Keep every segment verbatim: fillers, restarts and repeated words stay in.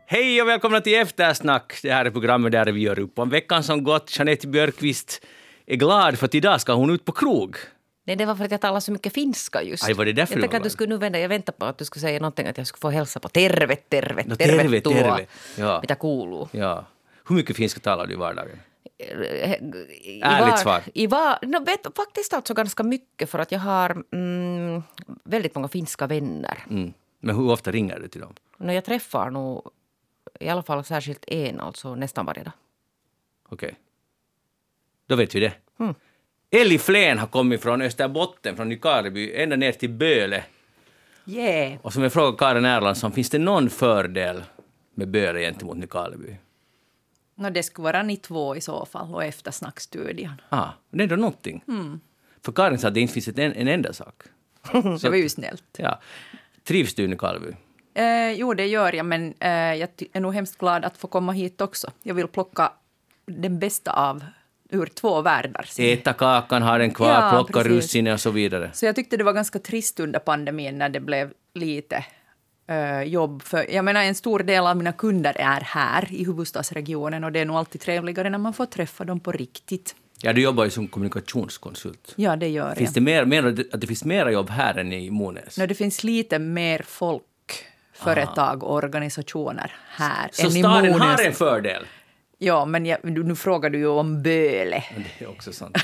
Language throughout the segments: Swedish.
Hej och välkomna till Eftersnack. Det här är programmet där vi gör upp om veckan som gått. Jeanette Björkqvist är glad för att idag ska hon ut på krog. Nej, det var för att jag talade så mycket finska just. Aj, var det därför jag tänkte att du skulle nu vända. Jag väntar på att du skulle säga någonting att jag skulle få hälsa på tervet, tervet, No, tervet, terve, terve. Ja. Mitä kuuluu? Ja. Hur mycket finska talar du i vardagen? I Ärligt var, svar. I var, no, vet, faktiskt alltså ganska mycket för att jag har mm, väldigt många finska vänner. Mm. Men hur ofta ringer du till dem? No, jag träffar nog i alla fall särskilt en, alltså nästan varje dag. Okej. Okay. Då vet vi det. Mm. Elli Flen har kommit från Österbotten, från Nykarleby, ända ner till Böle. Yeah. Och som jag frågar Karin Erlandsson, finns det någon fördel med Böle gentemot Nykarleby? No, det skulle vara ni två i så fall och eftersnackstudion. Ah, det är då någonting. Mm. För Karin sa att det inte finns en, en enda sak. Det var ju snällt. Ja. Trivs du i Nykarleby? Eh, jo, det gör jag, men eh, jag är nog hemskt glad att få komma hit också. Jag vill plocka den bästa av ur två världar. Äta kakan, ha den kvar, Ja, plocka precis. russinen och så vidare. Så jag tyckte det var ganska trist under pandemin när det blev lite eh, jobb. För, jag menar, en stor del av mina kunder är här i huvudstadsregionen och det är nog alltid trevligare när man får träffa dem på riktigt. Ja, du jobbar ju som kommunikationskonsult. Ja, det gör Finns jag. det mer, mer, att det finns mera jobb här än i Monäs? No, det finns lite mer folk, företag och organisationer här Så än i staden Monäs. har en fördel. Ja, men jag, nu frågar du ju om Böle. Men det är också sant.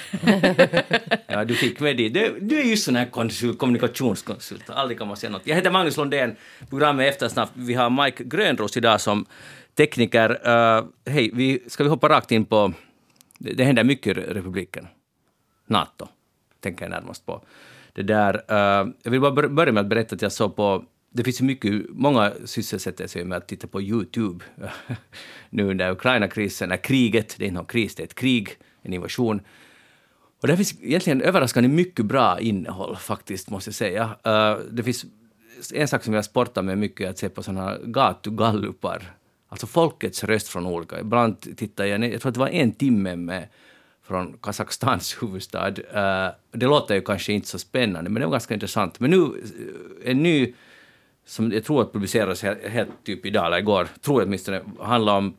Ja, du fick med det. Du, du är ju sån här konsult, kommunikationskonsult. Aldrig kan man säga något. Jag heter Magnus Lundén, programmet Eftersnack. Vi har Mike Grönros idag som tekniker. Uh, Hej, vi, ska vi hoppa rakt in på... Det, det händer mycket i republiken. NATO, tänker jag närmast på. Det där, uh, jag vill bara börja med att berätta att jag såg på... Det finns ju mycket, många sysselsätter sig med att titta på YouTube nu under Ukraina-krisen, när kriget, det är inte någon kris, det är ett krig, en invasion. Och det finns egentligen överraskande mycket bra innehåll faktiskt, måste jag säga. Uh, det finns en sak som jag sportar med mycket, att se på sådana gatugallupar, alltså folkets röst från olika. Ibland tittar jag, jag tror att det var en timme med från Kazakstans huvudstad. Uh, det låter ju kanske inte så spännande, men det var ganska intressant. Men nu, en ny som jag tror att publiceras helt typ idag eller igår, tror jag åtminstone, handlar om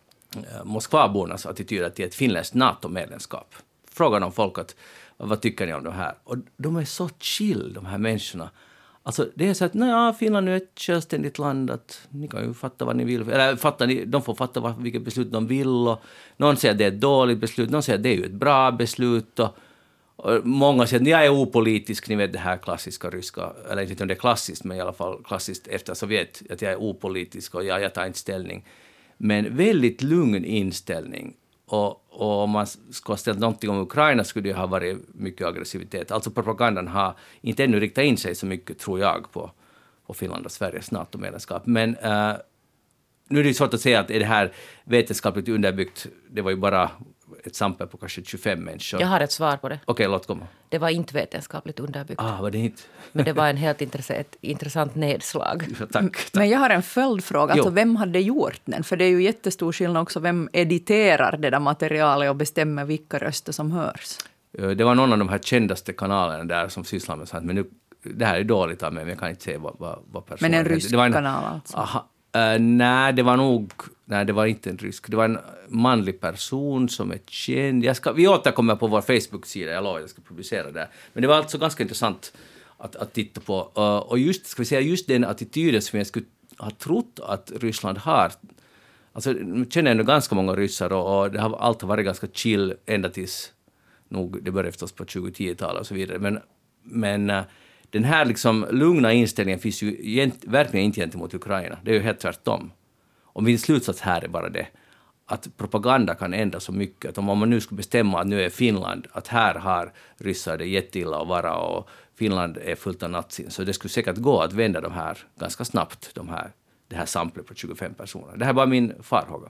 eh, Moskvabornas attityder till ett finländskt NATO-medlemskap. Frågan om folk att, vad tycker ni om det här? Och de är så chill, de här människorna. Alltså det är så att, nej, Finland är ett självständigt land, att ni kan ju fatta vad ni vill. Eller fatta, de får fatta vad, vilket beslut de vill. Och någon säger att det är ett dåligt beslut, någon säger att det är ju ett bra beslut. Och Och många säger att jag är opolitisk, ni vet det här klassiska ryska, eller inte om det är klassiskt, men i alla fall klassiskt efter Sovjet, att jag är opolitisk och jag, jag tar inte ställning. Men väldigt lugn inställning. Och, och om man ska ställa någonting om Ukraina skulle det ha varit mycket aggressivitet. Alltså propagandan har inte ännu riktat in sig så mycket, tror jag, på, på Finland och Sveriges NATO-medlemskap. Men uh, nu är det svårt att säga att är det här vetenskapligt underbyggt. Det var ju bara ett samtal på kanske tjugofem människor. Jag har ett svar på det. Okej, låt komma. Det var inte vetenskapligt underbyggt. Ah, var det inte? Men det var en helt intressant, ett intressant nedslag. Ja, tack, tack. Men jag har en följdfråga. Alltså, vem hade gjort den? För det är ju jättestor skillnad också. Vem editerar det där materialet och bestämmer vilka röster som hörs? Det var någon av de här kändaste kanalerna där som sysslar med sånt. Men nu, det här är dåligt av mig, men jag kan inte säga vad, vad, vad personen... Men en rysk det var en, kanal alltså? Aha, uh, nej, det var nog... Nej, det var inte en rysk. Det var en manlig person som är känd. Jag ska, vi återkommer på vår Facebook-sida. Jag lovar, jag ska publicera det. Men det var alltså ganska intressant att, att titta på. Uh, och just, ska vi säga, just den attityden som jag skulle ha trott att Ryssland har. Alltså, jag känner ändå ganska många ryssar och, och det har alltid varit ganska chill ända tills nog, det började förstås på tjugo-tio-talet och så vidare. Men, men uh, den här liksom lugna inställningen finns ju gent, verkligen inte gentemot Ukraina. Det är ju helt tvärtom. Och min slutsats här är bara det, att propaganda kan ändra så mycket. Att om man nu skulle bestämma att nu är Finland, att här har ryssar det jätteilla att vara och Finland är fullt av nazin, så det skulle säkert gå att vända de här ganska snabbt, de här, det här samplet på tjugofem personer. Det här är bara min farhåga.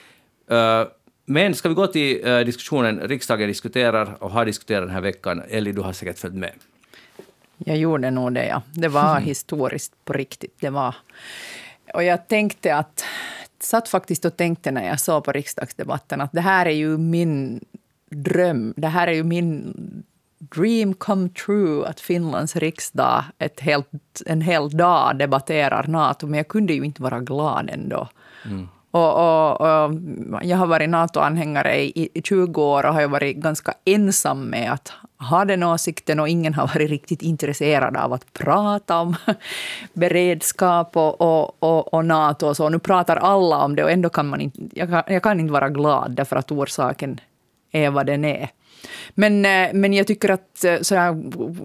Uh, men ska vi gå till uh, diskussionen, riksdagen diskuterar och har diskuterat den här veckan. Elli, du har säkert följt med. Jag gjorde nog det, ja. Det var historiskt på riktigt. Det var... Och jag tänkte att, satt faktiskt och tänkte när jag såg på riksdagsdebatten att det här är ju min dröm, det här är ju min dream come true att Finlands riksdag ett helt, en hel dag debatterar NATO, men jag kunde ju inte vara glad ändå. Mm. Och, och, och jag har varit NATO-anhängare i, i tjugo år och har varit ganska ensam med att ha den åsikten, och ingen har varit riktigt intresserad av att prata om beredskap och, och, och, och NATO och så. Nu pratar alla om det, och ändå kan man inte, jag kan, jag kan inte vara glad därför att orsaken är vad den är. Men, men jag tycker att så här,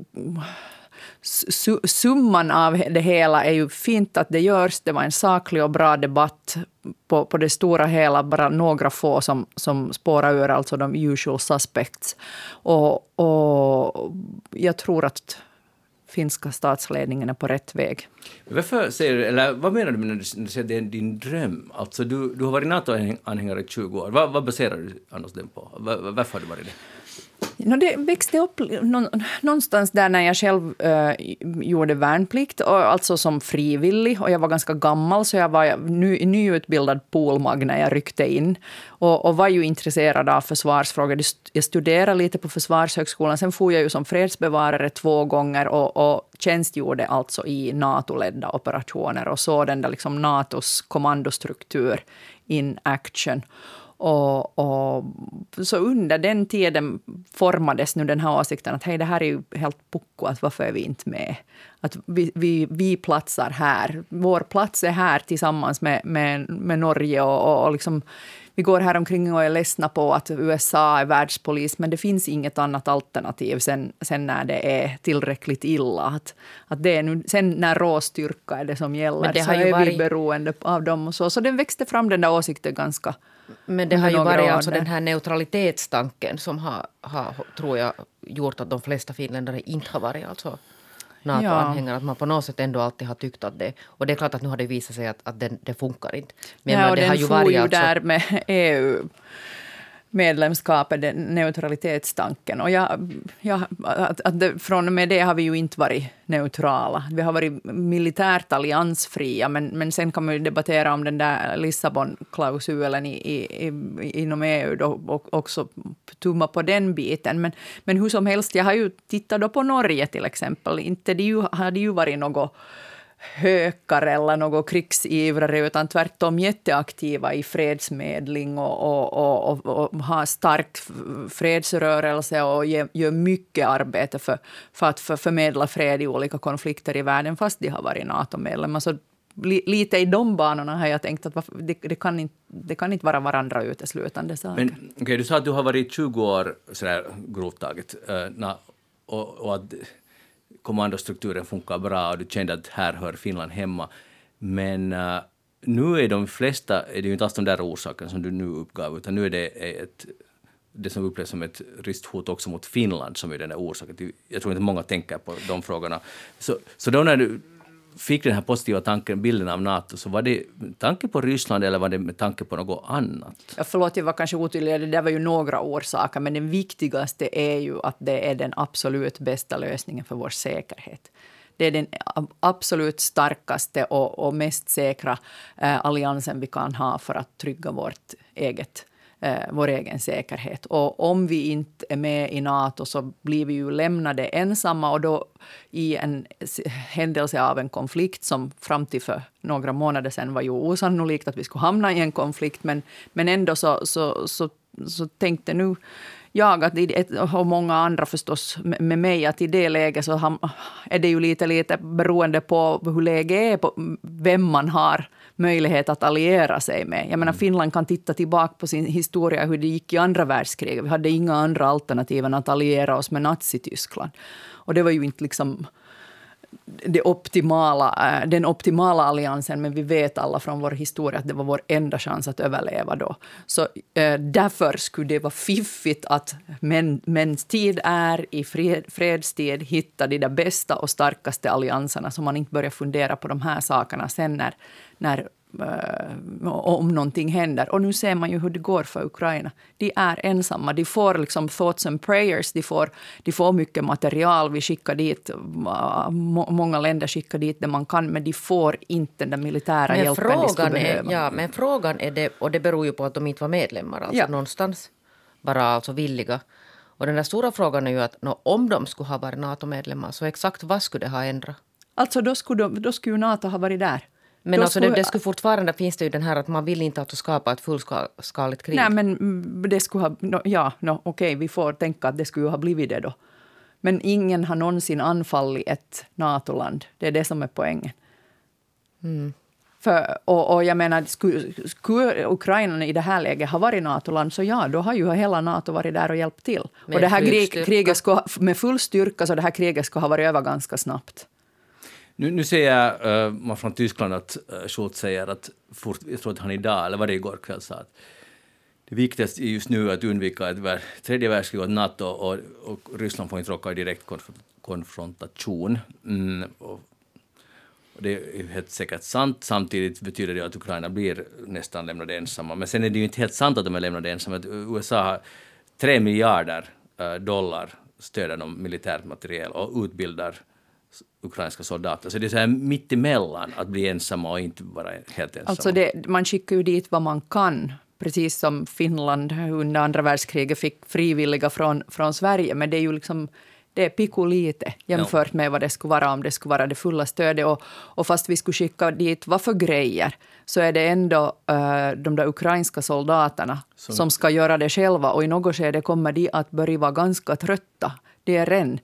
summan av det hela är ju fint att det görs. Det var en saklig och bra debatt på, på det stora hela. Bara några få som, som spårar ur, alltså de usual suspects. Och, och jag tror att finska statsledningen är på rätt väg. Varför säger du, eller vad menar du när du säger att det är din dröm? Alltså du, du har varit NATO-anhängare i tjugo år. Vad, vad baserar du annars den på? Var, varför har du varit det? No, det växte upp någonstans där när jag själv äh, gjorde värnplikt, och alltså som frivillig, och jag var ganska gammal, så jag var ny, nyutbildad polmag när jag ryckte in, och, och var ju intresserad av försvarsfrågor. Jag studerade lite på Försvarshögskolan, sen får jag ju som fredsbevarare två gånger och, och tjänstgjorde alltså i NATO-ledda operationer och så den där liksom NATOs kommandostruktur in action. Och, och så under den tiden formades nu den här åsikten att hej, det här är ju helt pucko, att varför är vi inte med? Att vi, vi, vi platsar här. Vår plats är här tillsammans med, med, med Norge, och, och, och liksom, vi går här omkring och är ledsna på att U S A är världspolis, men det finns inget annat alternativ sen, sen när det är tillräckligt illa. Att, att det är nu, sen när råstyrka är det som gäller, det så är varit... vi beroende av dem och så. Så den växte fram, den där åsikten, ganska. Men det har ju varit alltså den här neutralitetstanken som har, har, tror jag, gjort att de flesta finländare inte har varit alltså NATO-anhängare. Ja. Att man på något sätt ändå alltid har tyckt att det... Och det är klart att nu har det visat sig att, att det, det funkar inte. Men ja, och det den har ju får varit ju alltså... där med E U-medlemskapet, den neutralitetstanken. Och jag, jag, att, att det, från och med det har vi ju inte varit neutrala. Vi har varit militärt alliansfria, men, men sen kan man ju debattera om den där Lissabon-klausulen i, i, i, inom E U då, och också tumma på den biten. Men, men hur som helst, jag har ju tittat då på Norge till exempel. Inte det ju, hade ju varit något hökar eller något krigsivrare, utan tvärtom jätteaktiva i fredsmedling och, och, och, och, och har stark fredsrörelse och gör mycket arbete för, för att för, förmedla fred i olika konflikter i världen, fast de har varit NATO-medlemmar. Så li, lite i de banorna har jag tänkt att det, det, kan, inte, det kan inte vara varandra uteslutande saker. Men okay, du sa att du har varit tjugo år sådär grovt taget, uh, och, och att kommandostrukturen funkar bra och du kände att här hör Finland hemma. Men uh, nu är de flesta, är det ju inte alls de där orsakerna som du nu uppgav, utan nu är det ett, det som upplevs som ett risthot också mot Finland som är den där orsaken. Jag tror inte många tänker på de frågorna. Så, så då när du fick den här positiva tanken, bilden av NATO, så var det tanke på Ryssland eller var det med tanke på något annat? Ja, förlåt, jag var kanske otydlig. Det där var ju några orsaker, men den viktigaste är ju att det är den absolut bästa lösningen för vår säkerhet. Det är den absolut starkaste och, och mest säkra eh, alliansen vi kan ha för att trygga vårt eget Eh, vår egen säkerhet. Och om vi inte är med i NATO så blir vi ju lämnade ensamma, och då i en händelse av en konflikt som fram till för några månader sedan var ju osannolikt att vi skulle hamna i en konflikt, men, men ändå så, så, så, så tänkte nu jag att i ett, och många andra förstås med, med mig, att i det läget så ham, är det ju lite, lite beroende på hur läget är, på vem man har möjlighet att alliera sig med. Jag menar, Finland kan titta tillbaka på sin historia, hur det gick i andra världskriget. Vi hade inga andra alternativ än att alliera oss med Nazityskland. Och det var ju inte liksom det optimala, den optimala alliansen, men vi vet alla från vår historia att det var vår enda chans att överleva då. Så eh, därför skulle det vara fiffigt att män, mäns tid är i fred, fredstid hitta de där bästa och starkaste allianserna, så man inte börjar fundera på de här sakerna sen när, när Uh, om någonting händer. Och nu ser man ju hur det går för Ukraina. De är ensamma. De får liksom thoughts and prayers. De får, de får mycket material. Vi skickar dit, uh, må, många länder skickar dit det man kan, men de får inte den militära men hjälpen de skulle behöva. Ja, men frågan är det, och det beror ju på att de inte var medlemmar, alltså ja. någonstans bara alltså villiga. Och den där stora frågan är ju att no, om de skulle ha varit NATO-medlemmar, så exakt vad skulle det ha ändrat? Alltså då skulle, de, då skulle NATO ha varit där. Men alltså skulle, det, det skulle fortfarande, finns det ju den här att man vill inte alltså skapa ett fullskaligt krig. Nej, men det skulle ha, no, ja, no, okej, okay, vi får tänka att det skulle ha blivit det då. Men ingen har någonsin anfallit ett NATO-land. Det är det som är poängen. Mm. För, och, och jag menar, skulle, skulle Ukraina i det här läget ha varit NATO-land, så ja, då har ju hela NATO varit där och hjälpt till. Med och det här krig, kriget ska, med full styrka, så det här kriget ska ha varit över ganska snabbt. Nu, nu ser jag uh, man från Tyskland att uh, Schultz säger att, fort, jag tror att han idag, eller var det igår kväll, sa att det viktigaste är just nu att undvika ett vär, tredje världskrig och NATO och, och Ryssland får inte råka i direkt konf- konfrontation. Mm, och, och det är helt säkert sant. Samtidigt betyder det att Ukraina blir nästan lämnade ensamma. Men sen är det ju inte helt sant att de är lämnade ensamma. Att U S A har tre miljarder uh, dollar stöder de militärt materiel och utbildar ukrainska soldater. Så det är så här mitt emellan att bli ensamma och inte vara helt ensamma. Alltså det, man skickar ju dit vad man kan. Precis som Finland under andra världskriget fick frivilliga från, från Sverige. Men det är ju liksom, det är pikolite jämfört med vad det skulle vara om det skulle vara det fulla stödet. Och, och fast vi skulle skicka dit vad för grejer, så är det ändå uh, de där ukrainska soldaterna som, som ska göra det själva. Och i något skede kommer de att börja vara ganska trötta. Det är redan.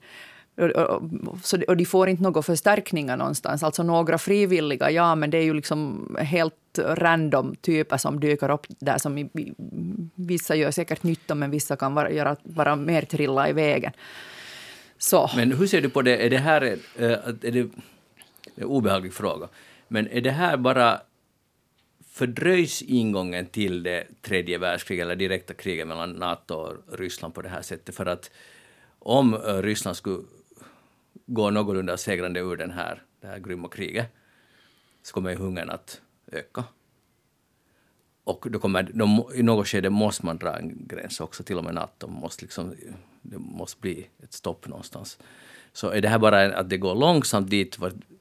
Så, och de får inte några förstärkningar någonstans. Alltså några frivilliga, ja, men det är ju liksom helt random typer som dyker upp där. Som i, vissa gör säkert nytta, men vissa kan vara, göra, vara mer trilla i vägen. Så. Men hur ser du på det? Är det här är det, är det en obehaglig fråga? Men är det här bara fördröjs ingången till det tredje världskriget eller direkta kriget mellan NATO och Ryssland på det här sättet? För att om Ryssland skulle gå någorlunda segrande ur den här, det här grymma kriget, så kommer ju hungern att öka. Och då kommer, de, i något skede måste man dra en gräns också, till och med NATO måste liksom, det måste bli ett stopp någonstans. Så är det här bara att det går långsamt dit,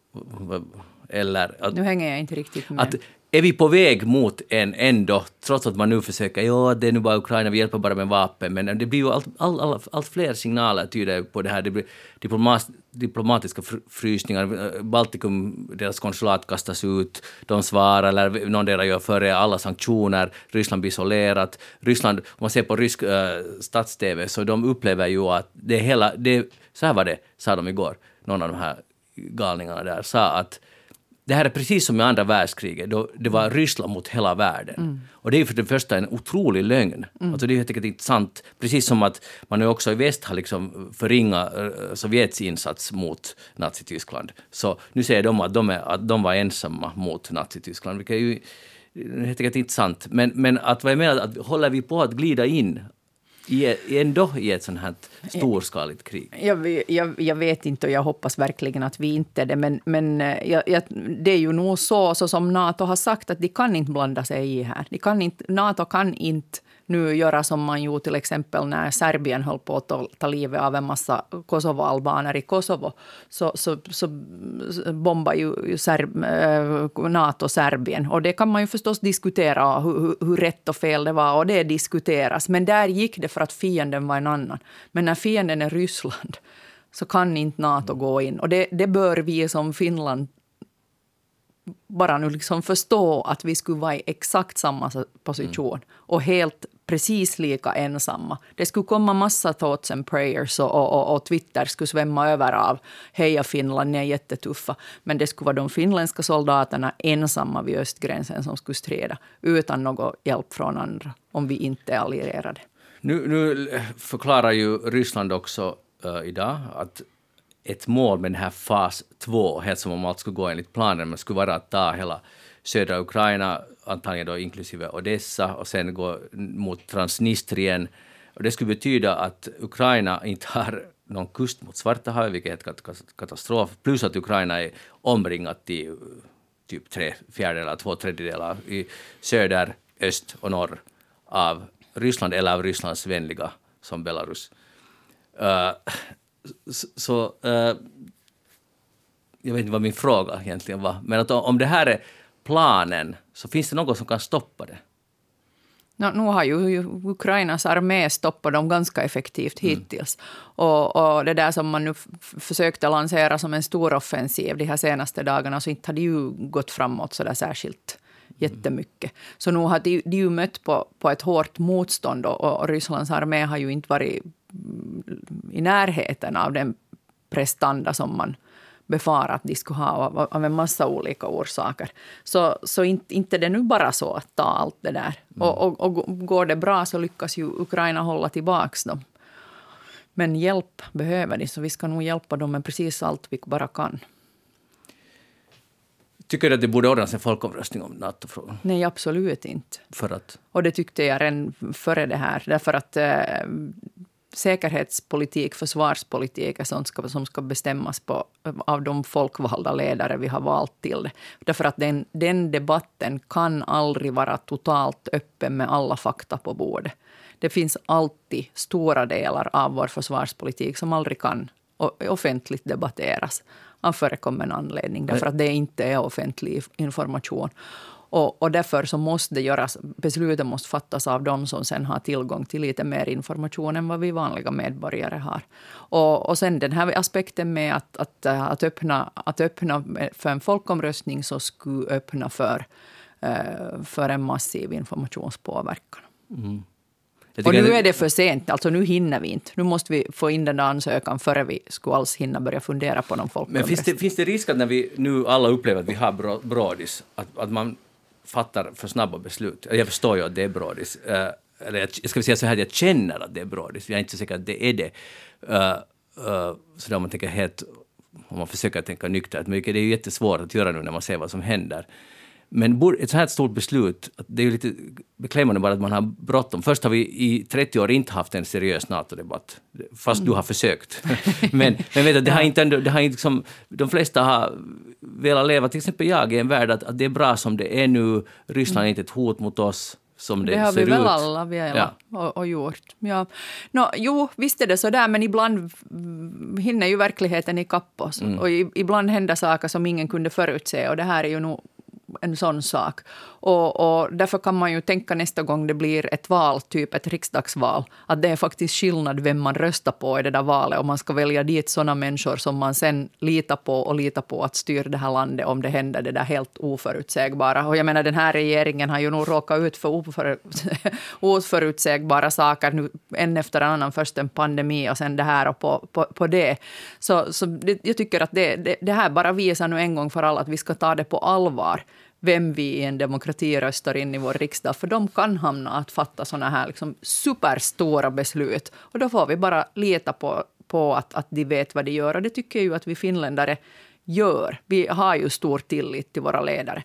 eller att, nu hänger jag inte riktigt med. Att, är vi på väg mot en ändå, trots att man nu försöker, ja, det är nu bara Ukraina, vi hjälper bara med vapen, men det blir ju allt, all, all, allt fler signaler tyder på det här. Det blir diplomat, diplomatiska frysningar, Baltikum, deras konsulat kastas ut, de svarar, eller någon där gör före alla sanktioner, Ryssland blir isolerat. Ryssland, om man ser på rysk äh, stats-tv, så de upplever ju att det hela, det, så här var det, sa de igår, någon av de här galningarna där, sa att det här är precis som i andra världskriget, då det var Ryssland mot hela världen. Mm. Och det är ju för det första en otrolig lögn. Mm. Alltså det är helt enkelt inte sant. Precis som att man nu också i väst har liksom förringat Sovjets insats mot Nazityskland. Så nu säger de att de, är, att de var ensamma mot Nazityskland, vilket är ju helt enkelt inte sant. Men, men att vad jag menar, att håller vi på att glida in I, ändå i ett sånt här storskaligt krig? Jag, jag, jag vet inte, och jag hoppas verkligen att vi inte är det. Men, men jag, jag, det är ju nog så, så som NATO har sagt, att de kan inte blanda sig i här. De kan inte, NATO kan inte nu göra som man gjorde till exempel när Serbien höll på att ta, ta livet av en massa Kosovo-albaner i Kosovo. Så, så, så bombar ju Serb, NATO Serbien. Och det kan man ju förstås diskutera hur, hur rätt och fel det var. Och det diskuteras. Men där gick det för att fienden var en annan. Men när fienden är Ryssland så kan inte NATO gå in. Och det, det bör vi som Finland bara nu liksom förstå, att vi skulle vara i exakt samma position. Mm. Och helt precis lika ensamma. Det skulle komma massa thoughts and prayers och, och, och, och Twitter skulle svämma över av heja Finland, ni är jättetuffa. Men det skulle vara de finländska soldaterna ensamma vid östgränsen som skulle strida utan någon hjälp från andra, om vi inte är allierade. Nu, nu förklarar ju Ryssland också uh, idag att ett mål med den här fas två, helt som om allt skulle gå enligt planen, men skulle vara att ta hela södra Ukraina, antagligen då inklusive Odessa, och sen gå mot Transnistrien. Och det skulle betyda att Ukraina inte har någon kust mot Svarta havet, vilket är ett katastrof, plus att Ukraina är omringat i typ tre fjärdedelar, två tredjedelar i söder, öst och norr av Ryssland, eller av Rysslands vänliga som Belarus. Uh, så, så uh, jag vet inte vad min fråga egentligen var, men att om det här är planen, så finns det något som kan stoppa det? No, nu har ju Ukrainas armé stoppat dem ganska effektivt hittills. Mm. Och, och det där som man nu f- försökte lansera som en stor offensiv de här senaste dagarna, så inte hade ju gått framåt så där särskilt jättemycket. Så nu har de, de ju mött på, på ett hårt motstånd och, och Rysslands armé har ju inte varit i närheten av den prestanda som man befarar att de skulle ha av, av en massa olika orsaker. Så, så inte, inte det nu bara så att ta allt det där. Mm. Och, och, och går det bra så lyckas ju Ukraina hålla tillbaka dem. Men hjälp behöver de, så vi ska nog hjälpa dem med precis allt vi bara kan. Tycker du att det borde ordnas en folkomröstning om NATO-frågan? Nej, absolut inte. För att? Och det tyckte jag redan före det här. Därför att eh, säkerhetspolitik, försvarspolitik är sånt ska, som ska bestämmas på, av de folkvalda ledare vi har valt till det. Därför att den, den debatten kan aldrig vara totalt öppen med alla fakta på bordet. Det finns alltid stora delar av vår försvarspolitik som aldrig kan offentligt debatteras av förekommande anledning. Därför att det inte är offentlig information. Och, och därför så måste det göras, besluten måste fattas av dem som sen har tillgång till lite mer information än vad vi vanliga medborgare har. Och, och sen den här aspekten med att, att, att, öppna, att öppna för en folkomröstning så skulle öppna för, för en massiv informationspåverkan. Mm. Och nu är det för sent, alltså nu hinner vi inte. Nu måste vi få in den där ansökan före vi skulle alls hinna börja fundera på någon folkomröstning. Men finns det, finns det risk att när vi nu alla upplever att vi har brådis, att, att man fattar för snabba beslut? Jag förstår ju att det är brådis. Uh, eller jag ska säga så här att jag känner att det är brådis. Jag är inte säker att det är det. Uh, uh, så där om man tänker helt, om man försöker tänka nyktert. Men det är ju jättesvårt att göra nu när man ser vad som händer. Men ett så här stort beslut, det är ju lite beklämmande bara att man har bråttom. Först har vi i trettio år inte haft en seriös NATO-debatt, fast mm. du har försökt. men men vet du, det har inte ändå, det har inte liksom, de flesta har velat leva, till exempel jag, i en värld att, att det är bra som det är nu. Ryssland är inte ett hot mot oss som det, det har ser vi väl ut. alla velat ja. och, och gjort. Ja. No, jo, visst är det så där, men ibland hinner ju verkligheten i kapp oss. Mm. Och ibland händer saker som ingen kunde förutse, och det här är ju nog en sån sak. Och, och därför kan man ju tänka nästa gång det blir ett val, typ ett riksdagsval, att det är faktiskt skillnad vem man röstar på i det där valet, och man ska välja dit sådana människor som man sen litar på och litar på att styra det här landet om det händer det där helt oförutsägbara. Och jag menar, den här regeringen har ju nog råkat ut för oför, oförutsägbara saker nu, en efter annan, först en pandemi och sen det här och på, på, på det. Så, så det, jag tycker att det, det, det här bara visar nu en gång för alla att vi ska ta det på allvar, vem vi i en demokrati röstar in i vår riksdag. För de kan hamna att fatta såna här liksom superstora beslut. Och då får vi bara lita på, på att, att de vet vad de gör. Och det tycker jag ju att vi finländare gör. Vi har ju stor tillit till våra ledare.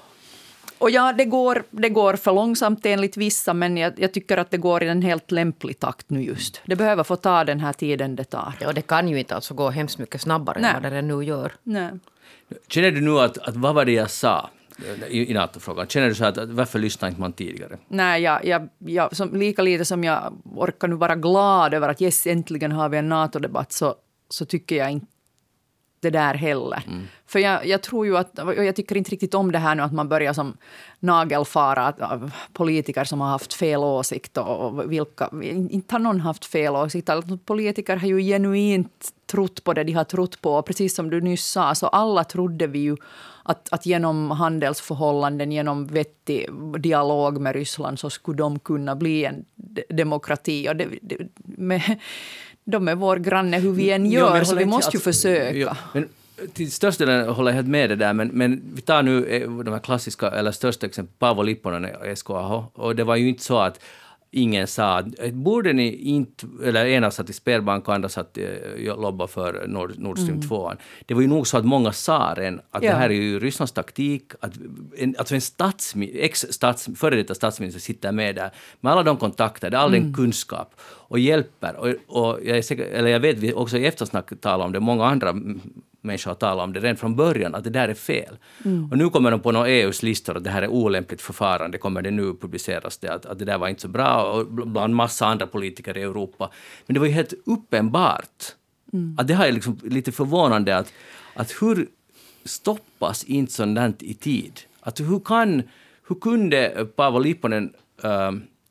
Och ja, det går, det går för långsamt enligt vissa, men jag, jag tycker att det går i en helt lämplig takt nu just. Det behöver få ta den här tiden det tar. Ja, det kan ju inte alltså gå hemskt mycket snabbare Nej. än vad det nu gör. Nej. Känner du nu att, att vad var det jag sa i, i NATO-frågan? Känner du så att, att varför lyssnade inte man tidigare? Nej, jag, jag, jag, som, lika lite som jag orkar nu vara glad över att yes, äntligen har vi en NATO-debatt, så, så tycker jag inte det där heller. Mm. För jag, jag tror ju att, och jag tycker inte riktigt om det här nu att man börjar som nagelfara av politiker som har haft fel åsikt, och vilka, inte har någon haft fel åsikt. Politiker har ju genuint trott på det de har trott på, och precis som du nyss sa, så alla trodde vi ju att, att genom handelsförhållanden, genom vettig dialog med Ryssland så skulle de kunna bli en demokrati, och det, det, med de är vår granne hur vi än gör, ja, så vi måste ju försöka. Ja, men till största delen håller jag helt med det där, men, men vi tar nu de här klassiska, eller största exempel, Paavo Lipponen och S K A H, och det var ju inte så att ingen sa att borde ni inte, eller ena satt i Sperbank och andra satt och lobba för Nord, Nord Stream mm. två. Det var ju nog så att många sa redan att ja. det här är ju Rysslands taktik, att en, alltså en stats, ex-stats, före detta statsminister sitter med där med alla de kontakter, all mm. den kunskap och hjälper. Och, och jag, är säker, eller jag vet vi också i eftersnack talar om det, många andra människor talar om det redan från början, att det där är fel. Mm. Och nu kommer de på några E U:s listor att det här är olämpligt förfarande, kommer det nu publiceras det, att, att det där var inte så bra, och bland massa andra politiker i Europa. Men det var ju helt uppenbart mm. att det här är liksom lite förvånande att, att hur stoppas inte sånt där i tid? Att hur kan, hur kunde Paavo Lipponen äh,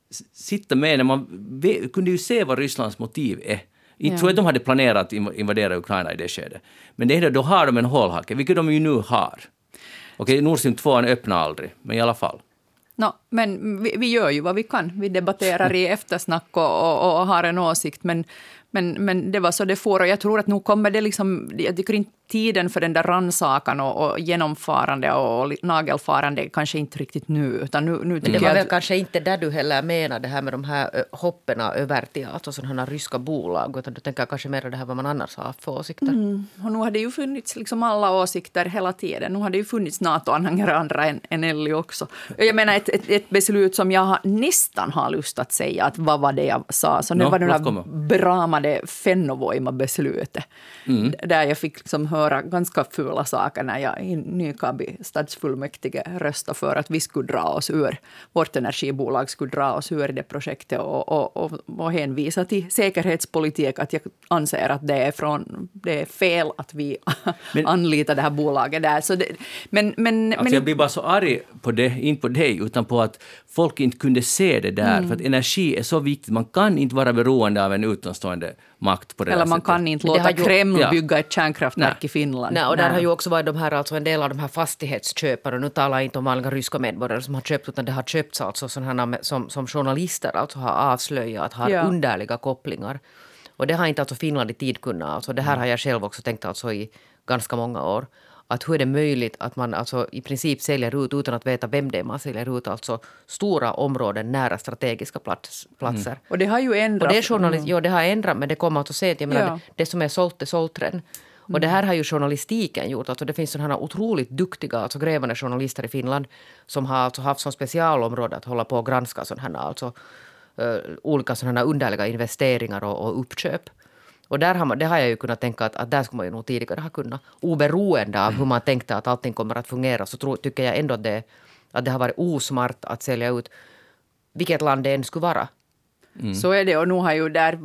sitta med när man ve- kunde ju se vad Rysslands motiv är. Jag Ja. tror att de hade planerat att invadera Ukraina i det skedet. Men det är det, då har de en hållhacke, vilket de ju nu har. Okej, Nord Stream två öppnar aldrig, men i alla fall. No, men vi, vi gör ju vad vi kan. Vi debatterar i eftersnack och, och, och har en åsikt, men, men, men det var så det får. Och jag tror att nu kommer det liksom, jag tycker inte tiden för den där rannsakan och, och genomfarande och nagelfarande kanske inte riktigt nu. Utan nu, nu Men det var jag väl att, kanske inte där du heller menar det här med de här ö, hopperna över till alltså sådana här ryska bolag, utan du tänker kanske mer det här vad man annars har för åsikter. Mm, och nu har det ju funnits liksom alla åsikter hela tiden. Nu har det ju funnits NATO-anhängare andra än, än Elli också. Jag menar ett, ett, ett beslut som jag har, nästan har lust att säga att vad var det jag sa. Så det no, var det där bramade Fennovoima-beslutet. Mm. Där jag fick liksom höra ganska fula saker när jag i Nykabi stadsfullmäktige röstade för att vi skulle dra oss ur, vårt energibolag skulle dra oss ur det projektet och, och, och, och hänvisa till säkerhetspolitik, att jag anser att det är, från, det är fel att vi men, anlitar det här bolaget där. Så det, men, men, alltså men, jag blir bara så arg på det, inte på dig, utan på att folk inte kunde se det där. Mm. För att energi är så viktigt. Man kan inte vara beroende av en utomstående makt på det eller där man sättet. kan inte låta ju, Kreml ja. bygga ett kärnkraftverk Nej. i Finland. Nej, och där Nej. har ju också varit de här, alltså en del av de här fastighetsköparna, nu talar jag inte om vanliga ryska medborgare som har köpt, utan det har köpts alltså sådana som, som journalister alltså har avslöjat, har Ja. underliga kopplingar. Och det har inte alltså Finland i tid kunnat, alltså det här mm. har jag själv också tänkt alltså i ganska många år. Att hur är det möjligt att man alltså i princip säljer ut utan att veta vem det är man säljer ut, alltså stora områden nära strategiska plats, platser. Mm. Och det har ju ändrat. Och det, är journalist, mm. ja, det har ändrat, men det kommer att se att jag menar, Ja. det, det som är sålt är sålt redan. Och mm. det här har ju journalistiken gjort. Alltså det finns sådana otroligt duktiga, alltså grävande journalister i Finland som har alltså haft som specialområde att hålla på och granska sådana här, alltså, uh, olika sådana underliga investeringar och, och uppköp. Och där har man, det har jag ju kunnat tänka att, att där skulle man ju nog tidigare ha kunnat, oberoende av hur man tänkte att allting kommer att fungera, så tror, tycker jag ändå att det, att det har varit osmart att sälja ut vilket land det än skulle vara. Mm. Så är det, och nu har ju där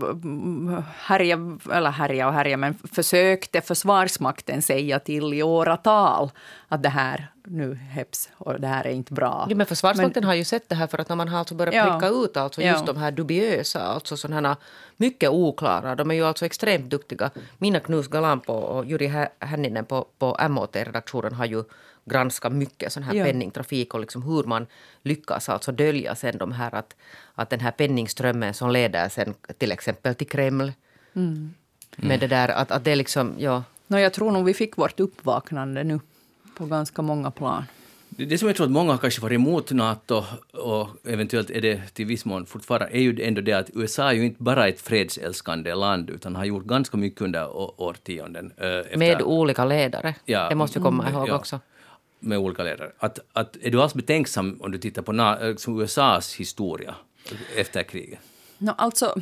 härja, eller härja och härja, men försökte Försvarsmakten säga till i åratal att det här nu heps och det här är inte bra. Ja, men Försvarsmakten men, har ju sett det här, för att när man har alltså börjat ja, pricka ut alltså just ja. de här dubiösa, alltså sådana mycket oklara, de är ju alltså extremt duktiga. Minna Knus Galampo och Juri Hänninen på, på M H T-redaktionen har ju granskat mycket sån här ja. penningtrafik och liksom hur man lyckas alltså dölja sen de här att, att den här penningströmmen som leder sen till exempel till Kreml. Mm. Men det där att, att det liksom, ja. No, jag tror nog vi fick vårt uppvaknande nu på ganska många plan. Det, det som jag tror att många har kanske varit emot NATO och eventuellt är det till viss mån fortfarande är ju ändå det att U S A är ju inte bara ett fredsälskande land utan har gjort ganska mycket under å- årtionden. Äh, efter, med olika ledare, ja, det måste vi komma ihåg ja, också. Med olika ledare. Att, att, är du alls betänksam om du tittar på na, U S A:s historia efter kriget? No, alltså,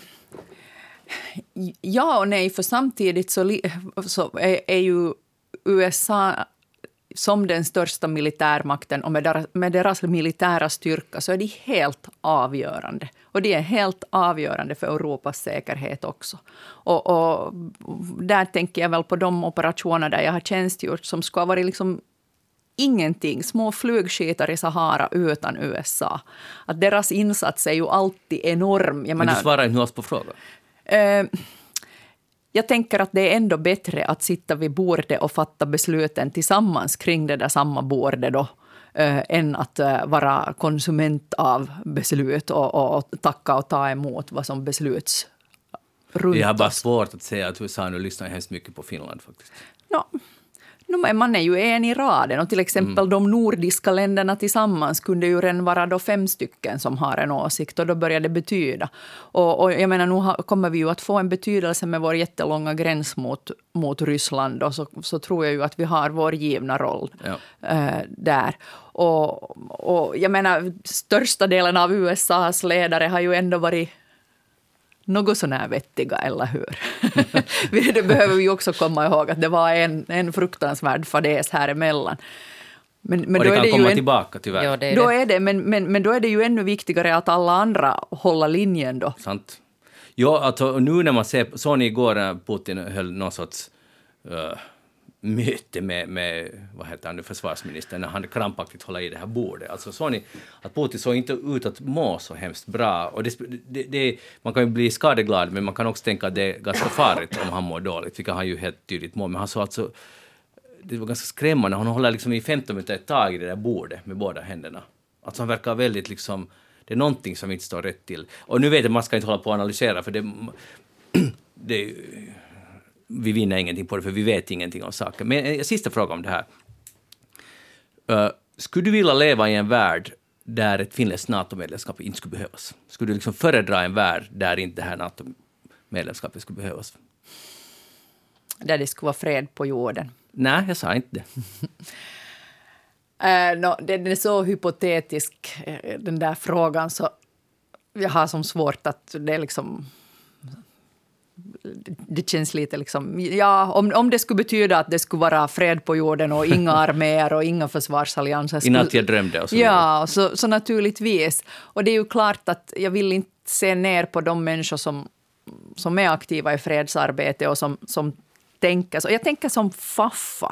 ja och nej, för samtidigt så, li, så är, är ju U S A som den största militärmakten och med deras, med deras militära styrka så är de helt avgörande. Och det är helt avgörande för Europas säkerhet också. Och, och där tänker jag väl på de operationer där jag har tjänstgjort som ska vara liksom ingenting, små flugskitar i Sahara utan U S A. Att deras insats är ju alltid enorm. Jag Men menar, du svarar inte alls på frågan. Eh, jag tänker att det är ändå bättre att sitta vid bordet och fatta besluten tillsammans kring det där samma bordet då, eh, än att eh, vara konsument av beslut och, och, och tacka och ta emot vad som besluts runt oss. Jag har bara svårt att säga att U S A nu lyssnar hemskt mycket på Finland faktiskt. No. No, man är ju en i raden och till exempel mm. de nordiska länderna tillsammans kunde ju redan vara då fem stycken som har en åsikt och då börjar det betyda. Och, och jag menar, nu ha, kommer vi ju att få en betydelse med vår jättelånga gräns mot, mot Ryssland och så, så tror jag ju att vi har vår givna roll ja. äh, där. Och, och jag menar, största delen av U S A:s ledare har ju ändå varit något sån här vettiga, eller hur? Det behöver vi också komma ihåg att det var en, en fruktansvärd fadäs här emellan. Men, men och det då kan är det komma ju en, tillbaka tyvärr. Ja, det är då det. är det, men, men, men då är det ju ännu viktigare att alla andra håller linjen då. Sant. Ja, alltså, nu när man ser, så ni igår när Putin höll någon sorts uh, möte med, med vad heter han nu, försvarsministern när han krampaktigt håller i det här bordet. Alltså så ni, att Putin såg inte ut att må så hemskt bra. Och det, det, det, man kan ju bli skadeglad, men man kan också tänka att det är ganska farligt om han mår dåligt, vilket han ju helt tydligt mår. Men han såg alltså, det var ganska skrämmande, han håller liksom i femton minuter ett tag i det där bordet med båda händerna. Alltså han verkar väldigt liksom, det är någonting som inte står rätt till. Och nu vet jag, man ska inte hålla på att analysera, för det, det vi vinner ingenting på det, för vi vet ingenting om saker. Men en sista fråga om det här. Uh, skulle du vilja leva i en värld där ett finländskt NATO-medlemskap inte skulle behövas? Skulle du liksom föredra en värld där inte det här NATO-medlemskapet skulle behövas? Där det skulle vara fred på jorden. Nej, jag sa inte det. uh, no, den är så hypotetisk, den där frågan, så jag har som svårt att det är liksom... Det känns lite liksom, ja, om, om det skulle betyda att det skulle vara fred på jorden och inga arméer och inga försvarsallianser. I natt jag drömde och så Ja, så, så naturligtvis. Och det är ju klart att jag vill inte se ner på de människor som, som är aktiva i fredsarbete och som, som tänker. Så jag tänker som Faffa.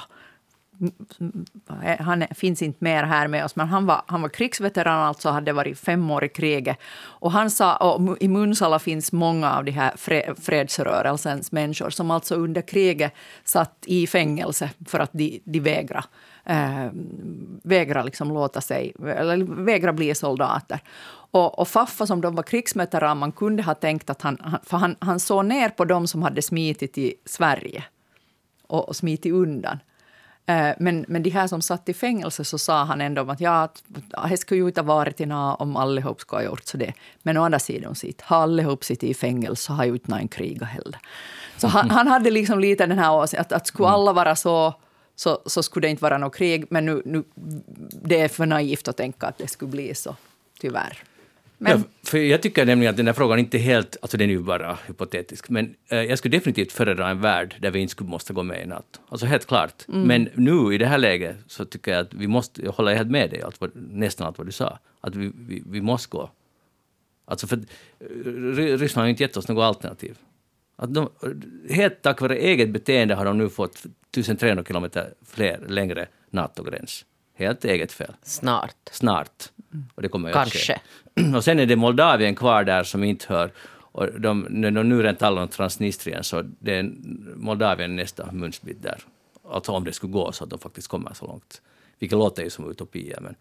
Han finns inte mer här med oss, men han var, han var krigsveteran, alltså hade varit fem år i kriget. Och han sa, och i Munsala finns många av de här fredsrörelsens människor som alltså under kriget satt i fängelse för att de, de vägra, äh, vägra liksom låta sig, eller vägra bli soldater. Och, och Faffa, som de var krigsveteran, man kunde ha tänkt att han, för han, han såg ner på dem som hade smitit i Sverige och, och smitit undan. Men, men de här som satt i fängelse, så sa han ändå att ja, det skulle ju inte ha varit innan om allihop skulle ha gjort så det. Men å andra sidan sitt, har allihop sitt i fängelse så har ju inte någon kriga heller. Så han, han hade liksom lite den här åsikten att, att skulle alla vara så, så, så skulle det inte vara något krig. Men nu, nu, det är för naivt att tänka att det skulle bli så, tyvärr. Men... Ja, för jag tycker nämligen att den här frågan inte är helt, alltså den är ju bara hypotetisk, men eh, jag skulle definitivt föredra en värld där vi inte skulle måste gå med i NATO. Alltså helt klart. Mm. Men nu i det här läget så tycker jag att vi måste, jag håller helt med dig, allt vad, nästan allt vad du sa, att vi, vi, vi måste gå. Alltså för Ryssland har ju inte gett oss något alternativ. Att de, helt tack vare eget beteende har de nu fått tusentrehundra kilometer fler, längre NATO-gräns. Helt eget fel. Snart. Snart. Och det kommer Kanske. Och sen är det Moldavien kvar där som inte hör. Och de, när de nu rent talar om Transnistrien, så det är Moldavien nästa munsbit där. Alltså om det skulle gå så att de faktiskt kommer så långt. Vilket låter ju som utopier. Men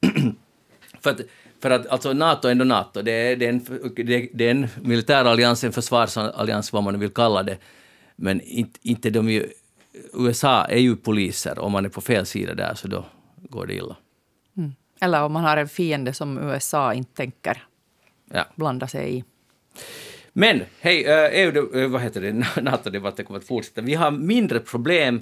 för att, för att alltså NATO är ändå NATO. Det är, det är, en, det, det är en militärallians, en försvarsallians, vad man vill kalla det. Men inte, inte de ju, U S A är ju poliser. Om man är på fel sida där så då går det illa. Mm. Eller om man har en fiende som U S A inte tänker ja. blanda sig i. Men, hej, E U, vad heter det? NATO-debatten kommer att fortsätta. Vi har mindre problem.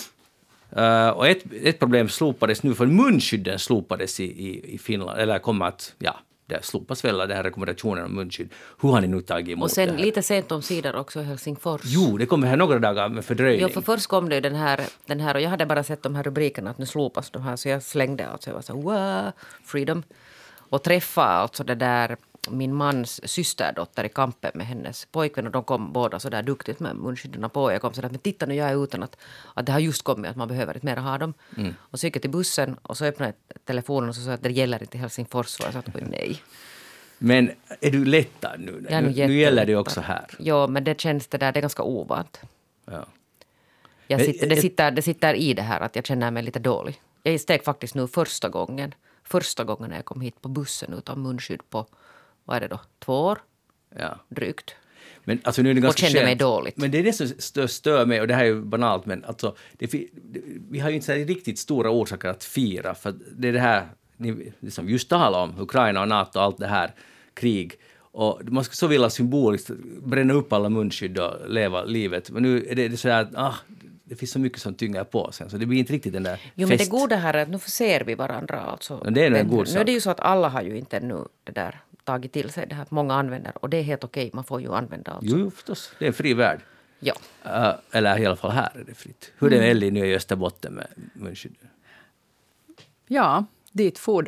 Uh, och ett, ett problem slopades nu, för munskydden slopades i, i, i Finland. Eller kommer att, ja, det slopas väl det här rekommendationen om munskydd. Hur har ni nu tagit emot och sen det här? lite sent om sidor också i Helsingfors. Jo, det kommer här några dagar med fördröjning. Jo, för först kom det den här, den här, och jag hade bara sett de här rubrikerna att nu slopas de här, så jag slängde alltså, jag var så wow, freedom. Och träffa alltså det där, min mans systerdotter i kampen med hennes pojkvän, och de kom båda så där duktigt med munskydden på. Jag kom så där, men titta nu, jag är utan att, att det har just kommit att man behöver inte mer ha dem. Mm. Och så gick jag till bussen och så öppnade jag telefonen och så sa att det gäller inte i Helsingfors, och jag sa att nej. Men är du lättad nu? Ja, nu, nu gäller det också här. Ja, men det känns det där, det är ganska ovant. Ja. Jag sitter, det, sitter, det sitter i det här att jag känner mig lite dålig. Jag steg faktiskt nu första gången, första gången när jag kom hit på bussen utan munskydd på, vad är det då, två år? Ja. Drygt. Men alltså nu är det ganska och kände skönt. mig dåligt. Men det är det som stör, stör mig, och det här är ju banalt, men alltså, det, vi har ju inte så riktigt stora orsaker att fira, för det är det här, ni liksom just talar om, Ukraina och NATO och allt det här, krig. Och man skulle så vilja symboliskt bränna upp alla munskydd och leva livet. Men nu är det, det så här att ah, det finns så mycket som tynger på sen, så det blir inte riktigt den där Jo, fest. men det goda här är att nu ser vi varandra. Alltså. Men det är en god sak. Nu är det ju så att alla har ju inte nu det där tagit till sig det här, att många använder, och det är helt okej, man får ju använda alltså. Jo, förstås. Det är en fri värld. Ja. Uh, eller i alla fall här är det fritt. Hur mm. är det nu i Österbotten med munskydd? Ja, dit får de.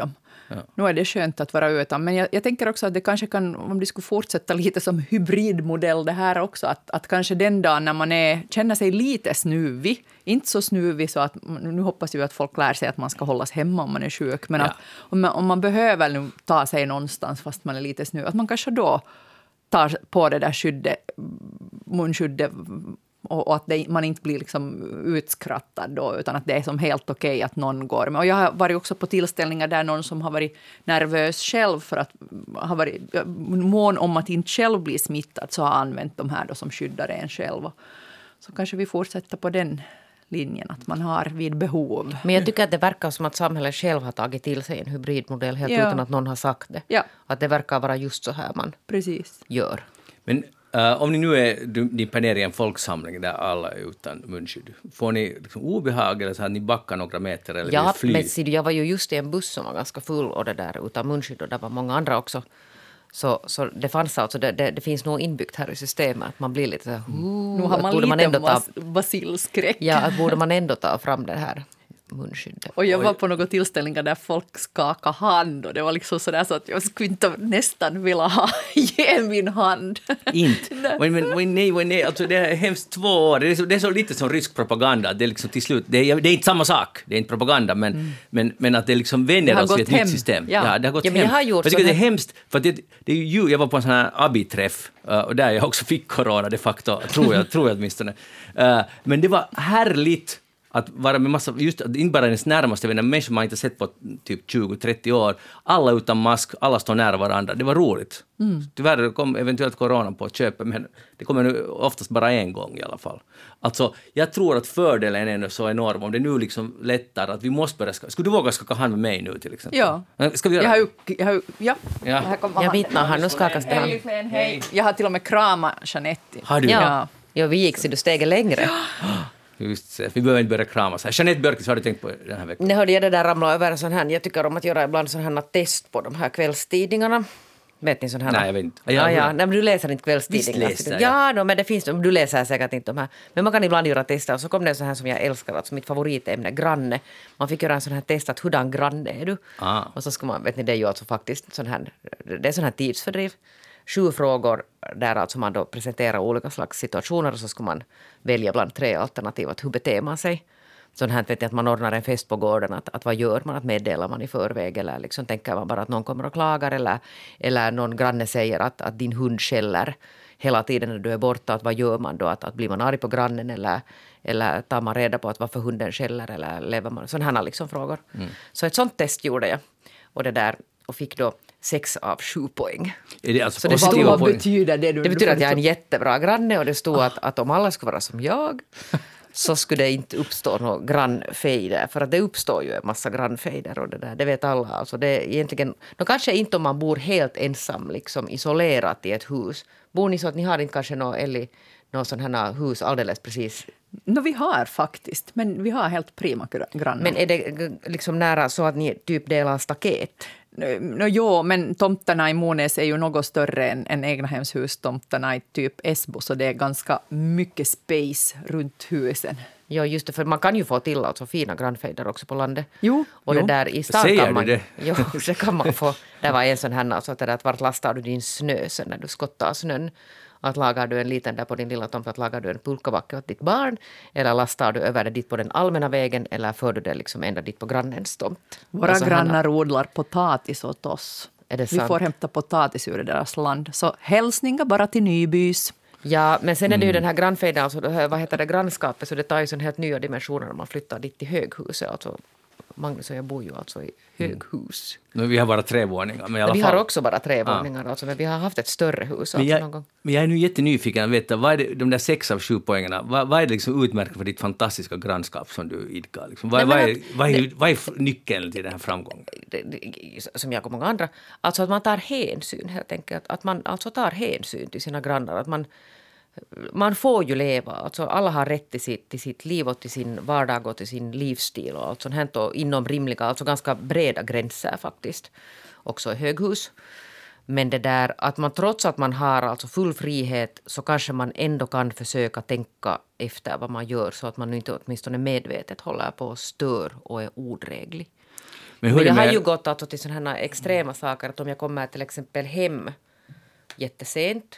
Ja. Nu är det skönt att vara utan. Men jag, jag tänker också att det kanske kan, om det skulle fortsätta lite som hybridmodell det här också, att, att kanske den dagen när man är, känner sig lite snuvig, inte så snuvig så att, nu hoppas vi att folk lär sig att man ska hållas hemma om man är sjuk, men ja. att om man, om man behöver nu ta sig någonstans fast man är lite snuvig, att man kanske då tar på det där skyddet, munskyddet, och, och att det, man inte blir liksom utskrattad då, utan att det är som helt okej att någon går med. Och jag har varit också på tillställningar där någon som har varit nervös själv för att ha varit mån om att inte själv bli smittad, så har använt de här då som skyddar en själv. Så kanske vi fortsätter på den linjen, att man har vid behov. Men jag tycker att det verkar som att samhället själv har tagit till sig en hybridmodell helt ja. utan att någon har sagt det. Ja. Att det verkar vara just så här man Precis. gör. Men uh, om ni nu är, du, ni planerar en folksamling där alla är utan munskydd, får ni liksom obehag eller så att ni backar några meter eller Ja, vill fly? men ser du, jag var ju just i en buss som var ganska full och det där utan munskydd, och där var många andra också. Så, så det fanns alltså, det, det, det finns nog inbyggt här i systemet att man blir lite så här, nu har man lite man ändå ta, basilskräck. Ja, att borde man ändå ta fram det här munskyddet. Och jag var på några tillställningar där folk skakade hand, och det var liksom sådär så att jag skulle inte nästan vilja ha ge min hand. Inte. Men, men, men nej, men nej, alltså det är hemskt två år. Det är så, det är så lite som rysk propaganda. Det är liksom till slut, det är, det är inte samma sak. Det är inte propaganda, men, mm. men, men att det liksom vänjer oss vid ett nytt system. Ja. Ja, det har gått ja, hem. Jag, har gjort jag tycker det är hemskt, för att det, det är ju, jag var på en sån här abiträff, och där jag också fick corona de facto, tror jag, tror jag åtminstone. Uh, men det var härligt att vara med massa, just inte bara ens närmaste vänner, människor man inte sett på typ tjugo trettio år, alla utan mask, alla står nära varandra. Det var roligt. Mm. Tyvärr kom eventuellt corona på köpet, men det kommer nu oftast bara en gång i alla fall. Alltså, jag tror att fördelen är så enorm om det nu liksom lättar att vi måste börja, skulle du våga skaka hand med mig nu till exempel? Ja. Ska vi göra? Jag har ju, jag har ju, ja. ja. Jag vittnar här, nu skakas det hand. Hej. Jag har till och med kramat Jeanette. Har du? Ja, Ja. ja vi gick så du steget längre. Just, vi behöver inte börja kramas här. Jeanette Björkis, vad har du tänkt på den här veckan? Nu hörde jag det där ramla över en sån här, jag tycker om att göra ibland sån här test på de här kvällstidningarna. Vet ni sån här? Nej, jag vet inte. Ja, ja, ja. Nej, men du läser inte kvällstidningar. Visst läser jag. Ja, no, men det finns, du läser säkert inte de här. Men man kan ibland göra tester. Och så kom det en sån här som jag älskar, alltså mitt favoritämne, granne. Man fick göra en sån här test att hurdan granne är du? Ah. Och så ska man, vet ni, det är ju alltså faktiskt sån här, det är sån här tidsfördriv. Sju frågor där alltså man då presenterar olika slags situationer, och så ska man välja bland tre alternativ att hur beter man sig. Sånt här vet jag, att man ordnar en fest på gården, att, att vad gör man, att meddelar man i förväg, eller liksom tänker man bara att någon kommer och klagar, eller, eller någon granne säger att, att din hund skäller hela tiden när du är borta, att vad gör man då, att, att blir man arg på grannen, eller, eller tar man reda på att varför hunden skäller, eller lever man, sådana här liksom frågor. Mm. Så ett sånt test gjorde jag, och det där, och fick då sex av sju poäng. Är det alltså så det, stod, vad betyder det? Du, det betyder att jag är en jättebra granne, och det stod att, att om alla skulle vara som jag så skulle det inte uppstå några grannfejder, för att det uppstår ju en massa grannfejder, och det där, det vet alla. Alltså det är egentligen, no, kanske inte om man bor helt ensam, liksom isolerat i ett hus. Bor ni så att ni har inte kanske något, eller något sån här hus alldeles precis? No, vi har faktiskt, men vi har helt prima grannar. Men är det liksom nära så att ni typ delar staket? No, jo, men tomterna i Monäs är ju något större än, än egnahemshus-tomterna i typ Esbo, så det är ganska mycket space runt husen. Ja, just det, för man kan ju få till alltså fina grannfejder också på landet. Jo, och jo. det där i stan Säger kan man, du det? Jo, det kan man få. Det var en sån här, alltså att, det där, att vart lastar du din snö sen när du skottar snön? Att lagar du en liten där på din lilla tomt, att lagar du en pulkabacke åt ditt barn, eller lastar du över det dit på den allmänna vägen, eller för du det liksom ända dit på grannens tomt. Våra alltså, grannar Hanna, odlar potatis åt oss. är det Vi sant? får hämta potatis ur deras land. Så hälsningar bara till Nybys. Ja, men sen är det ju den här grannfejden, alltså det här, vad heter det, grannskapet, så det tar ju sån helt nya dimensioner om man flyttar dit till höghuset. Alltså, Magnus och jag bor ju alltså i höghus. Mm. Vi har bara tre våningar. Men i alla vi fall. har också bara tre våningar, alltså, men vi har haft ett större hus alltså, men, jag, någon gång. men jag är nu jättenyfiken att veta, vad är det, de där sex av sju poängerna, vad, vad är det liksom utmärkande för ditt fantastiska grannskap som du idkar? Liksom? Vad, Nej, vad, är, att, vad, är, det, vad är nyckeln till den här framgången? Det, det, som jag och många andra, alltså att man tar hänsyn helt enkelt, att man alltså tar hänsyn till sina grannar, att man Man får ju leva, alltså alla har rätt till sitt, till sitt liv och till sin vardag och till sin livsstil och allt sånt här, och inom rimliga, alltså ganska breda gränser faktiskt, också i höghus. Men det där att man trots att man har alltså full frihet, så kanske man ändå kan försöka tänka efter vad man gör, så att man inte åtminstone medvetet håller på och stör och är odräglig. Men, hur Men jag med... har ju gått alltså till sådana här extrema saker, att om jag kommer till exempel hem jättesent,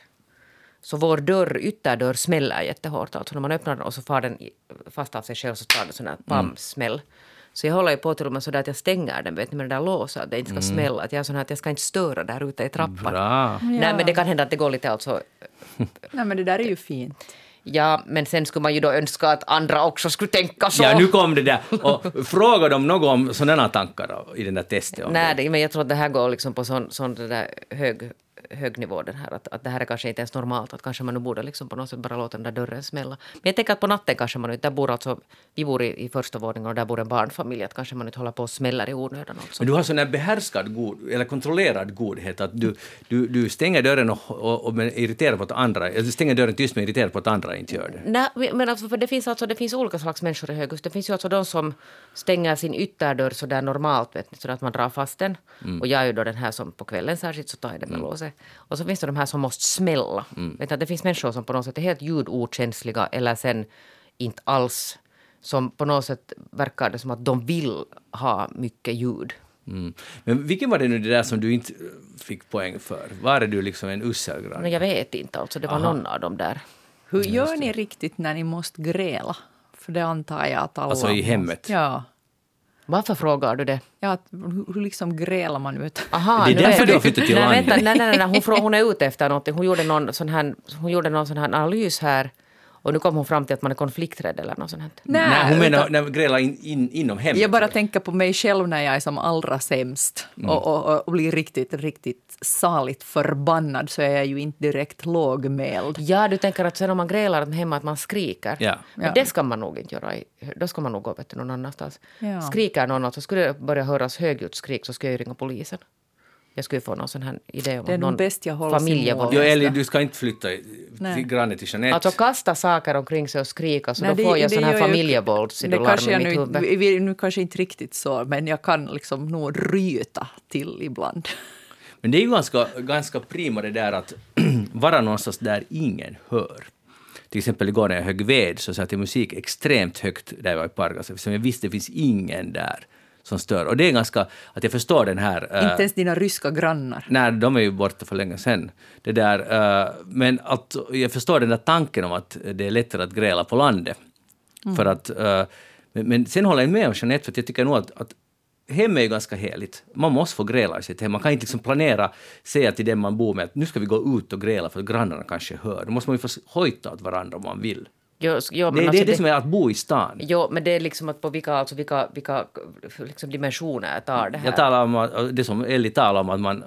så vår dörr, ytterdörr smäller jättehårt. Alltså när man öppnar den och så far den fast av sig själv, så tar den sån här pam-smäll. Mm. Så jag håller ju på till och med så att jag stänger den, vet ni, med den där låsen, att det inte ska mm. smälla. Att jag är sån här att jag ska inte störa där ute i trappan. Bra. Ja. Nej, men det kan hända att det går lite alltså... Nej, men det där är ju fint. Ja, men sen skulle man ju då önska att andra också skulle tänka så. Ja, nu kom det där. Och fråga dem något om sådana tankar då, i den där testet. Nej, det, men jag tror att det här går liksom på sån, sån det där hög... hög nivå den här, att, att det här är kanske inte ens normalt, att kanske man nu borde liksom på något sätt bara låta den där dörren smälla. Men jag tänker att på natten kanske man inte, där bor alltså, vi bor i, i första våningen och där bor en barnfamilj, att kanske man inte håller på och smäller i onödan också. Men du har sån här behärskad god, eller kontrollerad godhet, att du, du, du stänger dörren och, och, och men irriterar på att andra, eller stänger dörren tyst men irriterar på att andra inte gör det. Nej, men alltså, för det finns alltså, det finns olika slags människor i höghus. Det finns ju alltså de som stänger sin ytterdörr så där normalt, vet ni, så att man drar fast den. Mm. Och jag är ju då den här som på kvällen särskilt så tar jag det med mm. låset. Och så finns det de här som måste smälla. Mm. Vet du, det finns människor som på något sätt är helt ljudokänsliga eller sen inte alls, som på något sätt verkar det som att de vill ha mycket ljud. Mm. Men vilken var det nu det där som du inte fick poäng för? Var är du liksom en usselgrann? Men jag vet inte, alltså det var Aha. någon av dem där. Hur gör ni riktigt när ni måste gräla? För det antar jag att alla... Alltså i hemmet? Måste. Ja. Varför frågar du det? Ja, att, hur, hur liksom grälar man ut? Aha, det är därför du har flyttat till landet. Nej, nej, nej, nej, hon, hon är ute efter någonting. Hon gjorde någon sån här, hon gjorde någon sån här analys här. Och nu kom hon fram till att man är konflikträdd eller något sånt här. Nej, nej hon menar när grälar in, in, inom hemmet. Jag bara tänker på mig själv när jag är som allra sämst. Mm. Och, och, och blir riktigt, riktigt saligt förbannad, så är jag ju inte direkt lågmäld. Ja, du tänker att sen om man grälar hemma att man skriker. Ja. Men ja. det ska man nog inte göra. Då ska man nog gå till någon annanstans. Ja. Skriker någon, så skulle det börja höras högljutt skrik, så ska jag ringa polisen. Jag skulle få någon sån här idé om det är någon bäst jag håller familjevåld. Jo, eller du ska inte flytta till grannet till Jeanette. Alltså kasta saker omkring sig och skrika, så Nej, då får det, jag det sån här jag, familjevåldsidolarm i mitt huvud. Nu, nu kanske inte riktigt så, men jag kan liksom nog ryta till ibland. Men det är ju ganska, ganska prima det där att vara någonstans där ingen hör. Till exempel igår när jag högg ved så satt jag musik extremt högt där jag var i Pargas. Så jag visste det finns ingen där som stör. Och det är ganska, att jag förstår den här... Inte ens dina ryska grannar. Nej, de är ju borta för länge sedan. Det där, uh, men att jag förstår den där tanken om att det är lättare att gräla på landet. Mm. För att, uh, men, men sen håller jag med om Jeanette, för att jag tycker nog att, att hem är ju ganska heligt. Man måste få gräla i sitt hem. Man kan inte liksom planera, säga till den man bor med att nu ska vi gå ut och gräla för att grannarna kanske hör. Då måste man ju få hojta åt varandra om man vill. Jo, jo, det, alltså det är det, det som är att bo i stan. Jo, men det är liksom att på vilka, alltså vilka, vilka liksom dimensioner tar det här. Jag talar om att, det som Ellie talar om att man,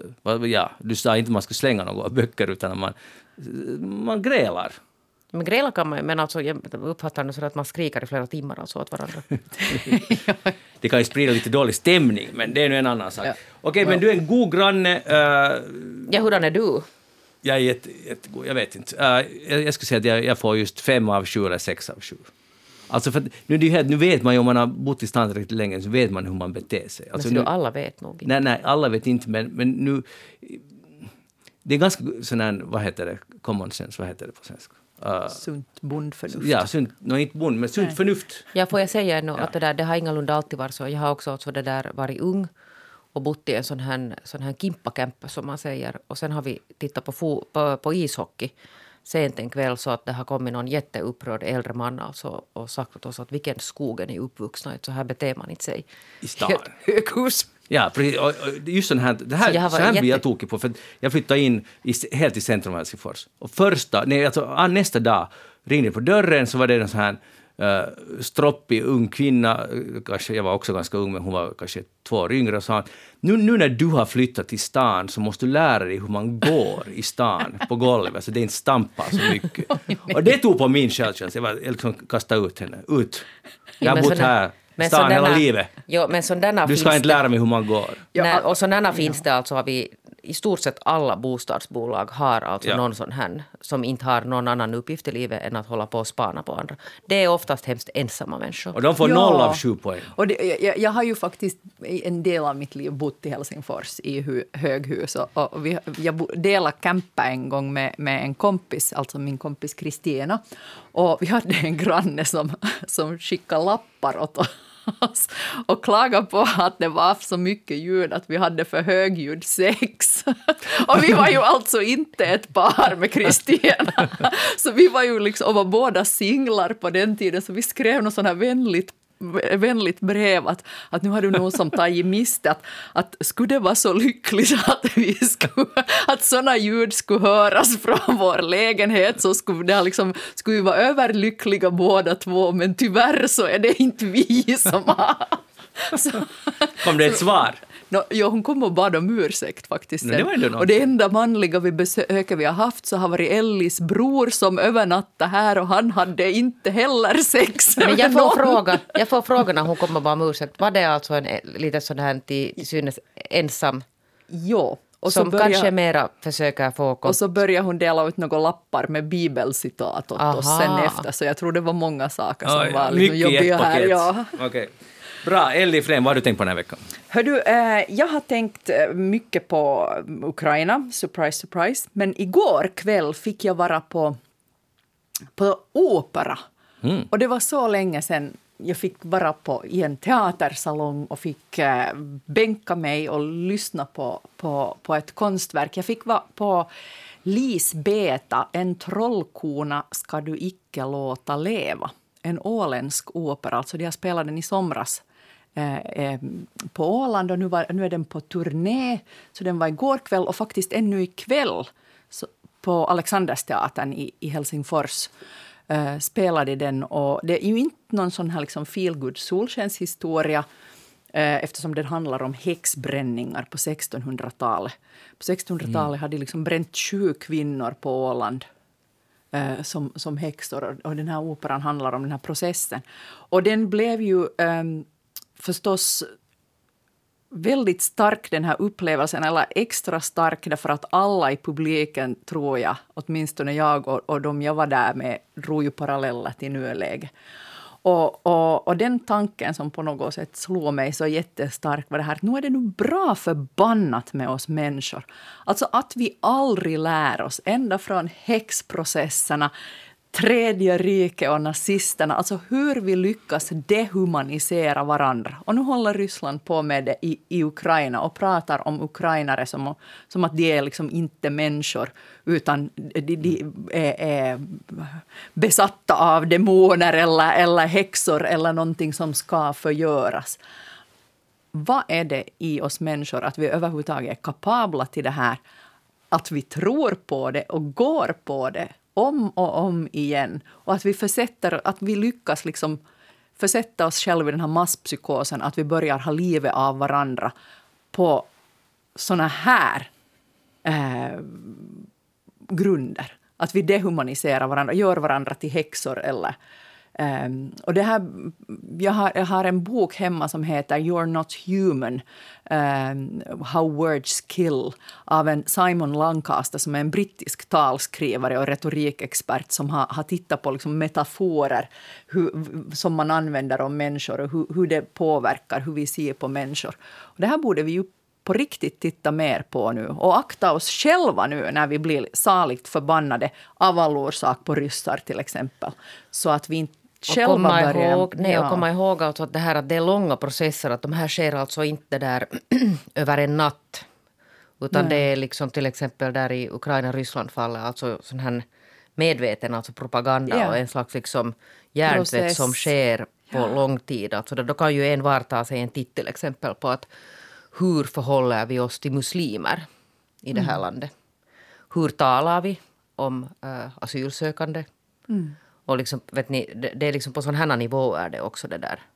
ja, du sa inte att man ska slänga några böcker utan att man, man grälar. Men gräla kan man, men alltså jag uppfattar det så att man skriker i flera timmar alltså åt varandra. Det kan ju sprida lite dålig stämning, men det är nu en annan sak. Ja. Okej, men du är en god granne. Uh, ja, hurdan är du? Jag är jätte, jättegod, jag vet inte. Uh, jag, jag skulle säga att jag, jag får just fem av sju eller sex av sju. Alltså för nu, är det helt, nu vet man ju om man har bott i stan riktigt länge så vet man hur man beter sig. Alltså men så nu, alla vet nog inte. Nej, nej, alla vet inte, men, men nu... Det är ganska sån här, vad heter det, common sense, vad heter det på svenska? Uh, sunt bondförnuft. Ja, sunt, no, inte bond, men sunt nej. Förnuft. Ja, får jag säga ännu ja. att det, där, det har ingalunda alltid varit så. Jag har också alltså det där varit ung och bott i en sån här, sån här kimpacamp som man säger. Och sen har vi tittat på, fo, på, på ishockey sent en kväll så att det har kommit någon jätteupprörd äldre man alltså, och sagt åt oss att vilken skogen är uppvuxna. Så här beter man inte sig. I stan. Höghus. Ja, precis. Och just sån här, det här, så, så här jätte... blir jag tokig på. För jag flyttade in i, helt i centrum av Helsingfors. Och första, nej, alltså, nästa dag ringde på dörren så var det en sån här uh, stroppig ung kvinna. Kanske, jag var också ganska ung, men hon var kanske två år yngre. Och sa, nu, nu när du har flyttat till stan så måste du lära dig hur man går i stan på golvet. Så det är inte stampar så mycket. Och det tog på min självkänsla. Jag, var, jag liksom kastade ut henne. Ut. Jag har bott här. Men stan hela livet. Jo, men du ska inte lära mig hur man går. Nej, och sådana finns det alltså har vi i stort sett alla bostadsbolag har alltså ja. någon sån här som inte har någon annan uppgift i livet än att hålla på och spana på andra. Det är oftast hemskt ensamma människor. Och de får ja. noll av sju poäng. Och det, jag, jag har ju faktiskt en del av mitt liv bott i Helsingfors i hu, höghus. Och, och vi, jag delade campa en gång med, med en kompis, alltså min kompis Kristina. Och vi hade en granne som, som skickade lappar åt oss och klagade på att det var så mycket ljud att vi hade för högljudd sex. Och vi var ju alltså inte ett par med Kristina. Så vi var ju liksom, och var båda singlar på den tiden, så vi skrev något sån här vänligt vänligt brev att, att nu har du någon som tagit miste att, att skulle det vara så lyckligt att vi skulle, att sådana ljud skulle höras från vår lägenhet, så skulle, det liksom, skulle vi vara överlyckliga båda två, men tyvärr så är det inte vi som har. Så, kom det ett svar? No, jo, hon kom och bad om ursäkt faktiskt. No, det var ändå och det enda manliga vi besöker vi har haft så har varit Ellis bror som övernattade här, och han hade inte heller sex. Men jag får, fråga, jag får fråga när hon kommer och bad om ursäkt. Var det alltså en lite sån här till, till synes ensam? Jo. Och som så börja, kanske mera försöker få... Och så börjar hon dela ut några lappar med bibelcitat åt Aha. oss sen efter. Så jag tror det var många saker som Oj, var liksom jobbiga här. Ja. Okay. Bra, Elli Flen, vad har du tänkt på den här veckan? Hör du, eh, jag har tänkt mycket på Ukraina, surprise, surprise. Men igår kväll fick jag vara på, på opera. Mm. Och det var så länge sedan jag fick vara på, i en teatersalong och fick eh, bänka mig och lyssna på, på, på ett konstverk. Jag fick vara på Lisbeta, en trollkona ska du icke låta leva. En åländsk opera, alltså de har spelat den i somras eh, eh, på Åland, och nu, var, nu är den på turné, så den var igår kväll och faktiskt ännu ikväll så, på Alexandersteatern i, i Helsingfors eh, spelade den, och det är ju inte någon sån här liksom feel-good solskenshistoria eh, eftersom den handlar om häxbränningar på sextonhundratalet. På sextonhundratalet mm. hade liksom bränt sju kvinnor på Åland Uh, som, som häxor, och, och den här operan handlar om den här processen. Och den blev ju um, förstås väldigt stark, den här upplevelsen, eller extra stark därför att alla i publiken, tror jag, åtminstone jag och, och de jag var där med, drog ju paralleller till nuläge. Och, och, och den tanken som på något sätt slog mig så jättestark var det här, nu är det nog bra förbannat med oss människor. Alltså att vi aldrig lär oss, ända från häxprocesserna, tredje rike och nazisterna, alltså hur vi lyckas dehumanisera varandra. Och nu håller Ryssland på med det i, i Ukraina och pratar om ukrainare som, som att de är liksom inte människor, utan de, de är, är besatta av demoner eller, eller häxor eller någonting som ska förgöras. Vad är det i oss människor att vi överhuvudtaget är kapabla till det här? Att vi tror på det och går på det om och om igen. Och att vi försätter, att vi lyckas liksom försätta oss själva i den här masspsykosen, att vi börjar ha livet av varandra på såna här eh, grunder. Att vi dehumaniserar varandra, gör varandra till häxor eller... Um, och det här, jag, har, jag har en bok hemma som heter You're Not Human, um, How Words Kill, av en Simon Lancaster som är en brittisk talskrivare och retorikexpert som har, har tittat på liksom metaforer hur, som man använder om människor och hur, hur det påverkar hur vi ser på människor. Och det här borde vi ju på riktigt titta mer på nu och akta oss själva nu när vi blir saligt förbannade av all orsak på ryssar till exempel, så att vi inte själva och komma börjar... ihåg, nej, ja. och komma ihåg alltså att det här att det är långa processer, att de här sker alltså inte där över en natt, utan nej. Det är liksom till exempel där i Ukraina-Ryssland-fallet alltså sån här medveten alltså propaganda ja. Och en slags liksom hjärntvätt som sker på ja. Lång tid. Alltså då kan ju en varta sig en titel till exempel på att hur förhåller vi oss till muslimer i det här mm. landet? Hur talar vi om äh, asylsökande? Mm. Och liksom, vet ni, det, det är liksom på sån här nivå är det också det där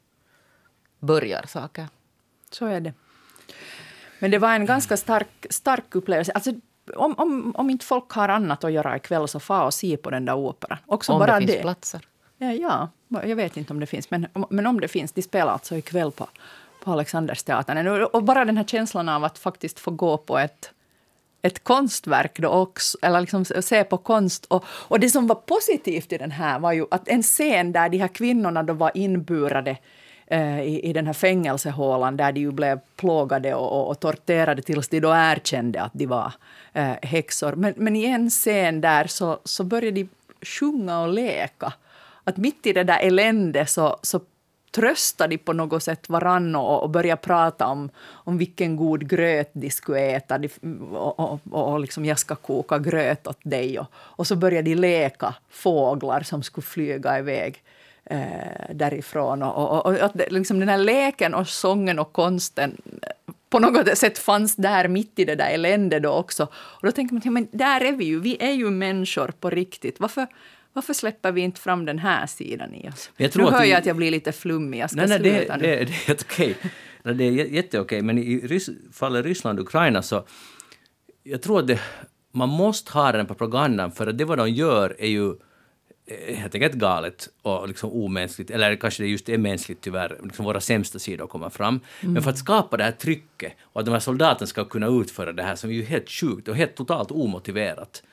börjar saker. Så är det. Men det var en ganska stark, stark upplevelse. Alltså, om, om, om inte folk har annat att göra ikväll så få och se på den där operan. Också om bara det finns det. platser. Ja, ja, jag vet inte om det finns. Men, men om det finns, de spelar alltså ikväll på, på Alexandersteatern. Och bara den här känslan av att faktiskt få gå på ett... ett konstverk då också, eller liksom se på konst. Och, och det som var positivt i den här var ju att en scen där de här kvinnorna då var inburade eh, i, i den här fängelsehålan där de ju blev plågade och, och, och torterade tills de då erkände att de var eh, häxor. Men, men i en scen där så, så började de sjunga och leka. Att mitt i det där elände så, så tröstar de på något sätt varann och, och börjar prata om, om vilken god gröt de skulle äta. De, och och, och liksom, jag ska koka gröt åt dig. Och, och så börjar de leka fåglar som skulle flyga iväg eh, därifrån. Och, och, och att liksom, den här leken och sången och konsten på något sätt fanns där mitt i det där elände då också. Och då tänker man, ja, men där är vi ju. Vi är ju människor på riktigt. Varför... Varför släpper vi inte fram den här sidan i oss? Jag tror nu hör att jag att jag blir lite flummig. Jag ska nej, nej, sluta det, det, det är helt okej. Okay. Det är jätteokej. Men i Rys, fallet Ryssland och Ukraina så jag tror att det, man måste ha den propagandan för att det vad de gör är ju helt enkelt galet och liksom omänskligt. Eller kanske det just är mänskligt tyvärr. Liksom våra sämsta sidor kommer fram. Mm. Men för att skapa det här trycket och att de här soldaterna ska kunna utföra det här som är ju helt sjukt och helt totalt omotiverat.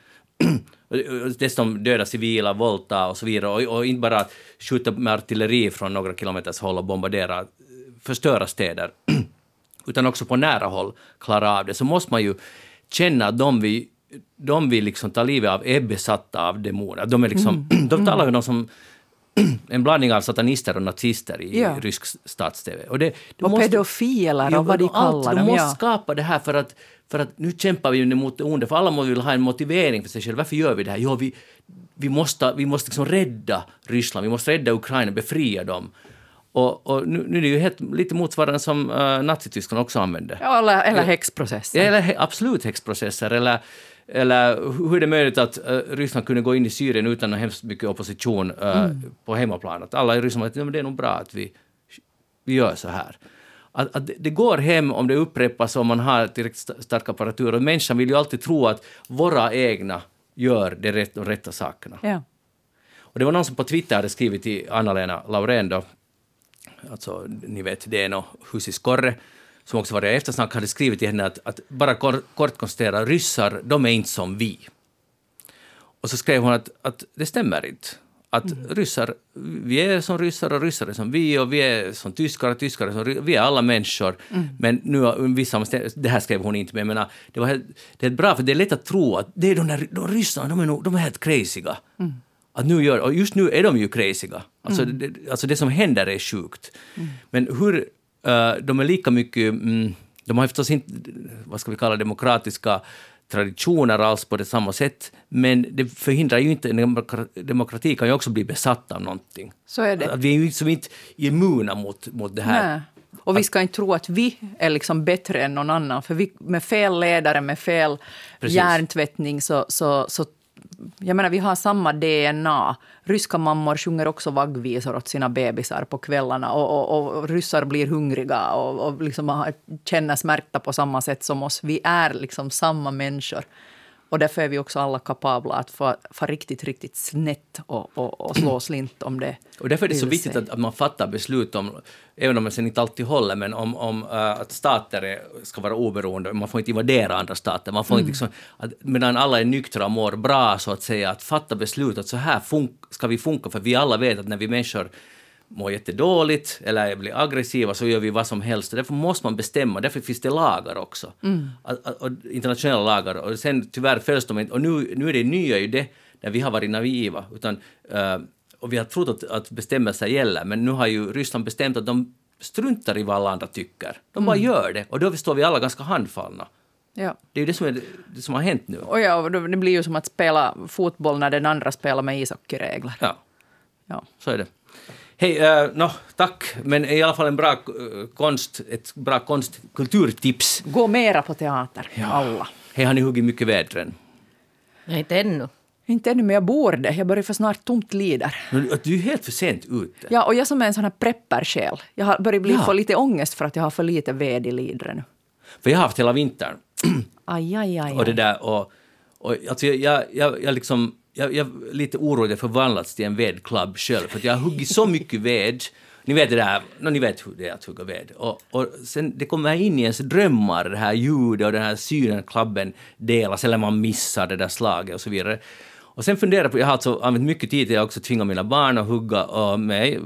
Dessutom döda civila, våldta och så vidare. Och, och inte bara skjuta med artilleri från några kilometers håll och bombardera, förstöra städer. Utan också på nära håll klara av det. Så måste man ju känna att de vi, de vi liksom tar livet av är besatta av demoner. De, är liksom, mm. de talar ju om som en blandning av satanister och nazister i ja. rysk stats-tv. Och, det, och måste, pedofiler och vad de kallar dem. De måste ja. skapa det här för att För att nu kämpar vi mot det onda, för alla vill ha en motivering för sig själv. Varför gör vi det här? Jo, vi, vi måste, vi måste liksom rädda Ryssland, vi måste rädda Ukraina, befria dem. Och, och nu, nu är det ju helt, lite motsvarande som uh, Nazityskland också använde. Ja, eller, eller häxprocesser. Ja, eller absolut häxprocesser. Eller, eller hur är det möjligt att uh, Ryssland kunde gå in i Syrien utan att hemskt mycket opposition uh, mm. på hemmaplan? Att alla i Ryssland var att det är nog bra att vi, vi gör så här. Att, att det går hem om det upprepas om man har tillräckligt stark apparatur. Och människan vill ju alltid tro att våra egna gör det rätt, de rätta sakerna. Ja. Och det var någon som på Twitter hade skrivit till Anna-Lena Laurén då, alltså ni vet det är nog Husis Korre, som också var det eftersnack, hade skrivit till henne att, att bara kort, kort konstatera, ryssar, de är inte som vi. Och så skrev hon att, att det stämmer inte. Att mm. ryssar, vi är som ryssar och ryssar är som vi och vi är som tyskar och tyskar som vi är alla människor. Mm. Men nu vissa, det här skrev hon inte med, men det var helt, det är bra för det är lätt att tro att det är de där de ryssarna, de är, nog, de är helt crazyga. Mm. Att nu gör, och just nu är de ju crazyga. Alltså, mm. det, alltså det som händer är sjukt. Mm. Men hur uh, de är lika mycket, mm, de har förstås inte, vad ska vi kalla demokratiska traditioner alls på det samma sätt, men det förhindrar ju inte, demokrati kan ju också bli besatt av någonting. Så är det. Att vi är ju som inte immuna mot, mot det här. Nej. Och vi ska inte tro att vi är liksom bättre än någon annan, för vi, med fel ledare, med fel Precis. hjärntvättning så, så, så jag menar, vi har samma D N A. Ryska mammor sjunger också vaggvisor åt sina bebisar på kvällarna och, och, och ryssar blir hungriga och, och liksom känner smärta på samma sätt som oss. Vi är liksom samma människor. Och därför är vi också alla kapabla att få, få riktigt, riktigt snett och, och, och slå slint om det. Och därför är det så viktigt att, att man fattar beslut om, även om man sen inte alltid håller, men om, om uh, att stater är, ska vara oberoende. Man får inte invadera andra stater. Man får mm. inte liksom, att, medan alla är nyktra och mår bra så att säga, att fatta beslut att så här fun- ska vi funka. För vi alla vet att när vi människor mår jättedåligt eller blir aggressiva så gör vi vad som helst. Därför måste man bestämma. Därför finns det lagar också. Mm. Och, och, och internationella lagar. Och sen tyvärr följs de inte. Och nu, nu är det nya ju det där vi har varit naiva. Utan, uh, och vi har trott att, att bestämmelser gäller. Men nu har ju Ryssland bestämt att de struntar i vad alla andra tycker. De bara mm. gör det. Och då står vi alla ganska handfallna. Ja. Det är ju det som, är, det som har hänt nu. Och ja, det blir ju som att spela fotboll när den andra spelar med ishockeyregler. Ja, ja. Så är det. Hej, uh, no, tack, men i alla fall en bra uh, konst, ett bra konstkulturtips. Gå mera på teater, ja. Alla. Hej, har ni huggit mycket vädren? Nej, inte ännu. Inte ännu, men jag borde. Jag börjar för snart tomt lider. Du är helt för sent ute. Ja, och jag som är en sån här preppersjäl. Jag har börjat bli ja. få lite ångest för att jag har för lite ved i lidren nu. För jag har haft hela vintern. Aj, aj, aj. Och det där, och, och alltså jag, jag, jag, jag liksom... Jag, jag är lite orolig att förvandlats till en vedklubb själv. För att jag har huggit så mycket ved. Ni vet det där, no, ni vet hur det är att hugga ved. Och, och sen det kommer in i ens drömmar, det här ljudet och den här synen, klubben delas. Eller man missar det där slaget och så vidare. Och sen funderar jag på, jag har alltså använt mycket tid till att också tvinga mina barn att hugga. Och mig,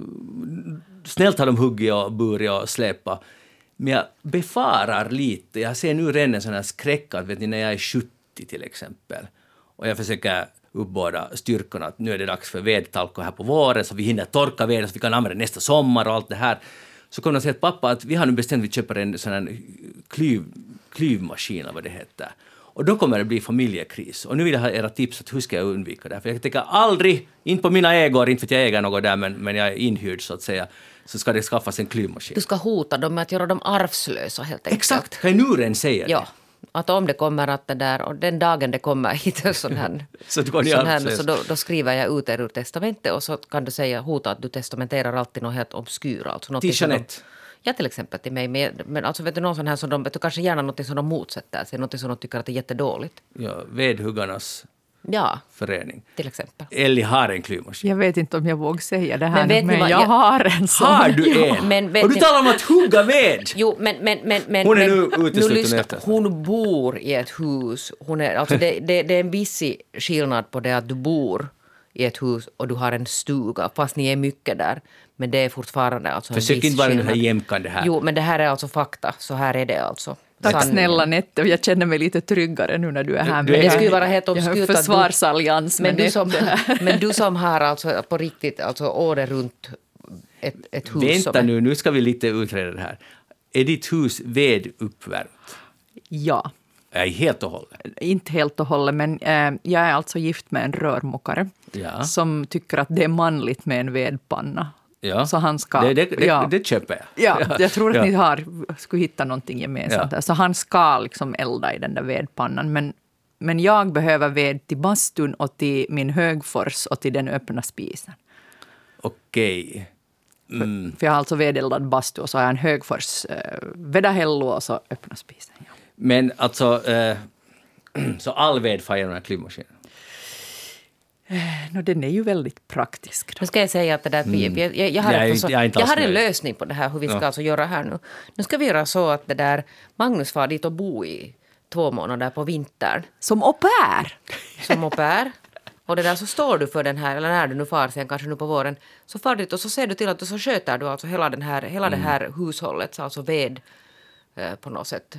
snällt har de huggit och burit och släppa. Men jag befarar lite. Jag ser nu redan en sån här skräck att vet ni, när jag är sjuttio till exempel. Och jag försöker upp båda styrkorna. Att nu är det dags för vedtalko här på våren så vi hinner torka veden så vi kan använda nästa sommar och allt det här. Så kommer de säga att pappa att vi har nu bestämt att vi köper en sån här klyv, klyvmaskin eller vad det heter. Och då kommer det bli familjekris. Och nu vill jag ha era tips att hur ska jag undvika det. För jag tänker aldrig, inte på mina ägor, inte för att jag äger något där, men, men jag är inhyrd så att säga, så ska det skaffas en klyvmaskin. Du ska hota dem med att göra dem arvslösa helt enkelt. Exakt, kan nuren säga det? Ja, att om det kommer att det där, och den dagen det kommer hit en sån här, så då, sån här så då, då skriver jag ut er ur testamentet och så kan du säga, hota att du testamenterar alltid något helt obskyr. Alltså till Jeanette? Ja, till exempel till mig. Men, men alltså vet du någon sån här som de, vet du kanske gärna något som de motsätter sig, något som de tycker att det är jättedåligt. Ja, vedhuggarnas ja, förening. Till exempel. Elli har en klyvmaskin. Jag vet inte om jag vågar säga det här, men, men, men jag, jag har en sån. Har du en? Men, och du talar om att hugga ved! Jo, men, men, men, men, hon är men, nu utesluten efter. Hon bor i ett hus. Hon är, alltså det, det, det är en viss skillnad på det att du bor i ett hus och du har en stuga, fast ni är mycket där. Men det är fortfarande alltså en Försök viss inte vara skillnad. den här jämkande här. Jo, men det här är alltså fakta. Så här är det alltså. Tack Sanningen. snälla Nette, jag känner mig lite tryggare nu när du är här. Du, du med är det skulle vara helt jag har obskyrt en att försvarsallians men med du som, Nette. men du som har alltså på riktigt alltså året runt ett, ett hus. Vänta som är, nu, nu ska vi lite utreda det här. Är ditt hus veduppvärmt? Ja. Nej, helt och hållet. Inte helt och hållet, men eh, jag är alltså gift med en rörmokare Ja. som tycker att det är manligt med en vedpanna. Ja. Så han ska, det, det, det, ja. det köper jag. Ja, jag tror att ja. ni har, skulle hitta någonting gemensamt. Ja. Där. Så han ska liksom elda i den där vedpannan. Men, men jag behöver ved till bastun och till min högfors och till den öppna spisen. Okej. Mm. För, för jag har alltså vedeldad bastu och så har jag en högfors eh, vedahällo och så öppna spisen. Ja. Men alltså, eh, så all ved far genom den här klyvmaskinen? No, den är ju väldigt praktisk. Nu ska jag säga att det där, mm. jag, jag, jag har, jag, alltså, jag, jag har en lösning på det här, hur vi ska ja. alltså göra här nu. Nu ska vi göra så att det där, Magnus far dit och bo i två månader på vintern. Som au pair? Som au pair. Och det där så står du för den här, eller när du nu far sen kanske nu på våren, så far dit och så ser du till att du så sköter du alltså hela, den här, hela mm. det här hushållet, alltså ved eh, på något sätt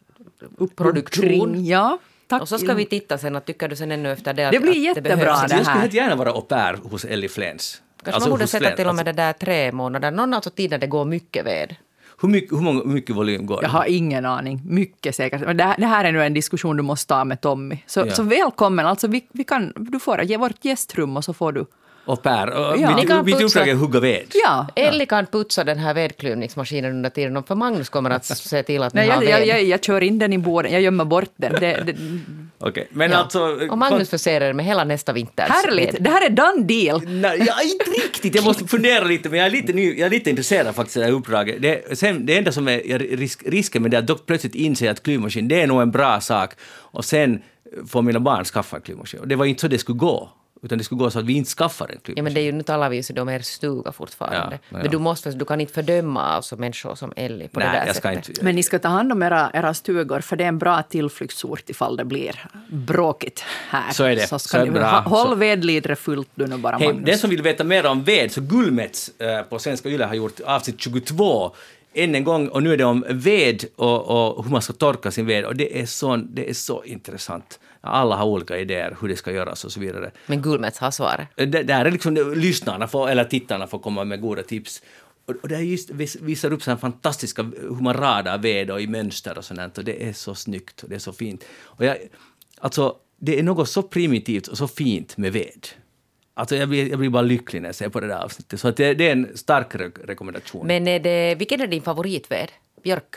produktion. Ja. Tack. Och så ska vi titta sen, att tycker du sen ännu efter det att det blir att jättebra det behövs. det Jag skulle här. helt gärna vara au pair hos Elli Flens. Kanske alltså man borde hos sätta Flens. till och med alltså, det där tre månader. Någon alltså tid när det går mycket ved. hur, mycket, hur, många, hur mycket volym går det? Jag har ingen aning. Mycket säkert. Men det, här, det här är nu en diskussion du måste ta med Tommy. Så, Ja. så välkommen. Alltså vi, vi kan, du får ge vårt gästrum och så får du... Au pair. Ja. Mitt, Ni kan mitt putsa- uppdrag är att hugga ved. Ja. Elli kan putsa den här vedklyvningsmaskinen under tiden. För Magnus kommer att se till att ni Nej, har jag, ved. jag, jag, jag kör in den i båden. Jag gömmer bort den. Det, det, Okej, men Ja. alltså... Och Magnus förser er med hela nästa vinter. härligt. Det här är done deal. Nej, jag är inte riktigt. Jag måste fundera lite, men jag är lite, ny, jag är lite intresserad faktiskt av det här uppdraget. Det, sen, det enda som är risk, risken med det är att dock plötsligt inse att klyvmaskin, det är nog en bra sak. Och sen får mina barn skaffa en klyvmaskin. Och det var inte så det skulle gå. Utan det skulle gå så att vi inte skaffar en klyvmaskin. Ja, men det är ju nu talar vi ju om er stuga fortfarande. Ja, ja. Men du, måste, du kan inte fördöma alltså människor som Elli på Nej, det där jag ska sättet. inte... Men ni ska ta hand om era, era stugor, för det är en bra tillflyktsort ifall det blir bråkigt här. Så är det. Så ska Så är ni, bra. ha- håll Så- vedlidre fullt du nu bara, Hej, Magnus. den som vill veta mer om ved, så Gullmets eh, på Svenska Yle har gjort avsnitt tjugotvå än en gång, och nu är det om ved och, och hur man ska torka sin ved, och det är så, det är så intressant. Alla har olika idéer hur det ska göras och så vidare. Men Gullmets har svaret. Det, det här är liksom det, lyssnarna får, eller tittarna får komma med goda tips. Och, och det är just, vis- visar upp sådana fantastiska, hur man radar ved och i mönster och sånt, och det är så snyggt och det är så fint. Och jag, alltså, det är något så primitivt och så fint med ved. Alltså jag blir, jag blir bara lycklig när jag ser på det där avsnittet. Så att det, det är en stark re- rekommendation. Men är det, vilken är din favoritved? Björk?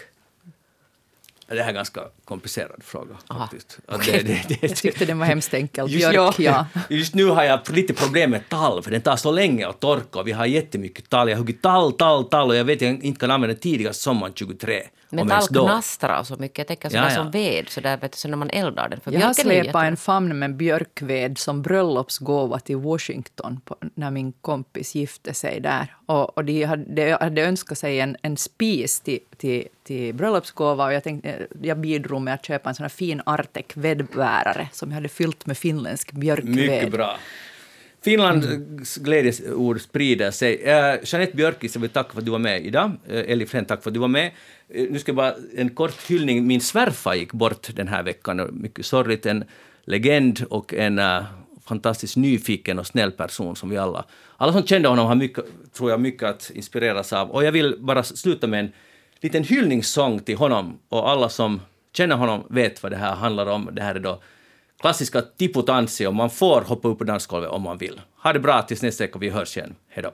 Det här är en ganska komplicerad fråga Aha. faktiskt. Att det, det, det, Jag tyckte det var hemskt enkelt. Just, Björk, ja. just nu har jag lite problem med tall, för den tar så länge att torka, och vi har jättemycket tall. Jag har huggit tall, tall, tall, och jag vet att jag inte kan använda tidigast sommaren tjugotre. Men om tall ens då. knastrar så mycket. Jag tänker sådär Ja, ja. som ved, så där, vet du, så när man eldar den. För Jag har björken är ju släpat jätte- en famn med björkved som bröllopsgåva till Washington på, när min kompis gifte sig där. Och, och de hade, de hade önskat sig en, en spis till, till, till bröllopsgåva, och jag, tänkte, jag bidrog med att köpa en sån här fin Artek vedbärare som jag hade fyllt med finländsk björkved. Mycket bra. Finlands glädjesord sprider sig. Uh, Jeanette Björkis, jag vill tacka för att du var med idag. Uh, Elli Flens, tack för att du var med. Uh, nu ska jag bara en kort hyllning. Min svärfar gick bort den här veckan. Mycket sorgligt. En legend och en uh, fantastiskt nyfiken och snäll person som vi alla. Alla som kände honom har mycket, tror jag, mycket att inspireras av. Och jag vill bara sluta med en liten hyllningssång till honom. Och alla som känner honom vet vad det här handlar om. Det här är då klassiska Tippu Tanssi och man får hoppa upp på dansgolvet om man vill. Ha det bra tills nästa vecka, vi hörs igen. Hej då.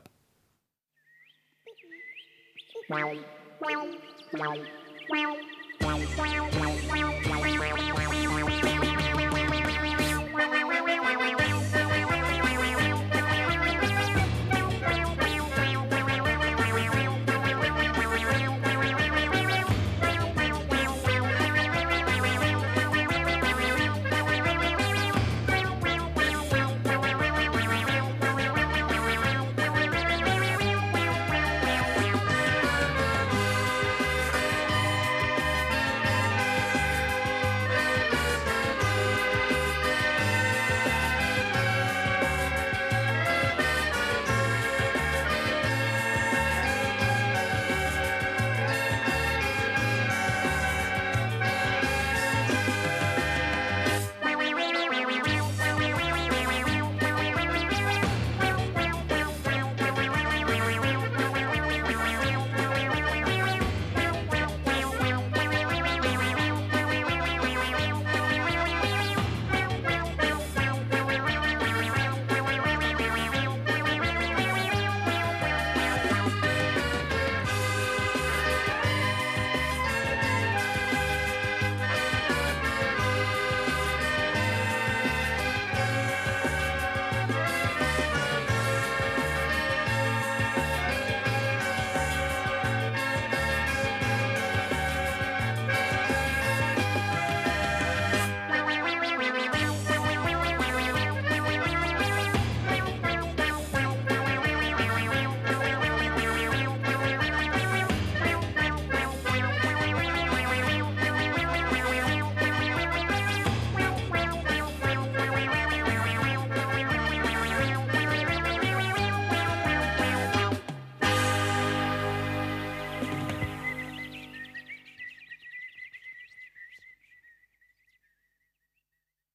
Wow, wow, wow, wow, wow, wow, wow, wow, wow.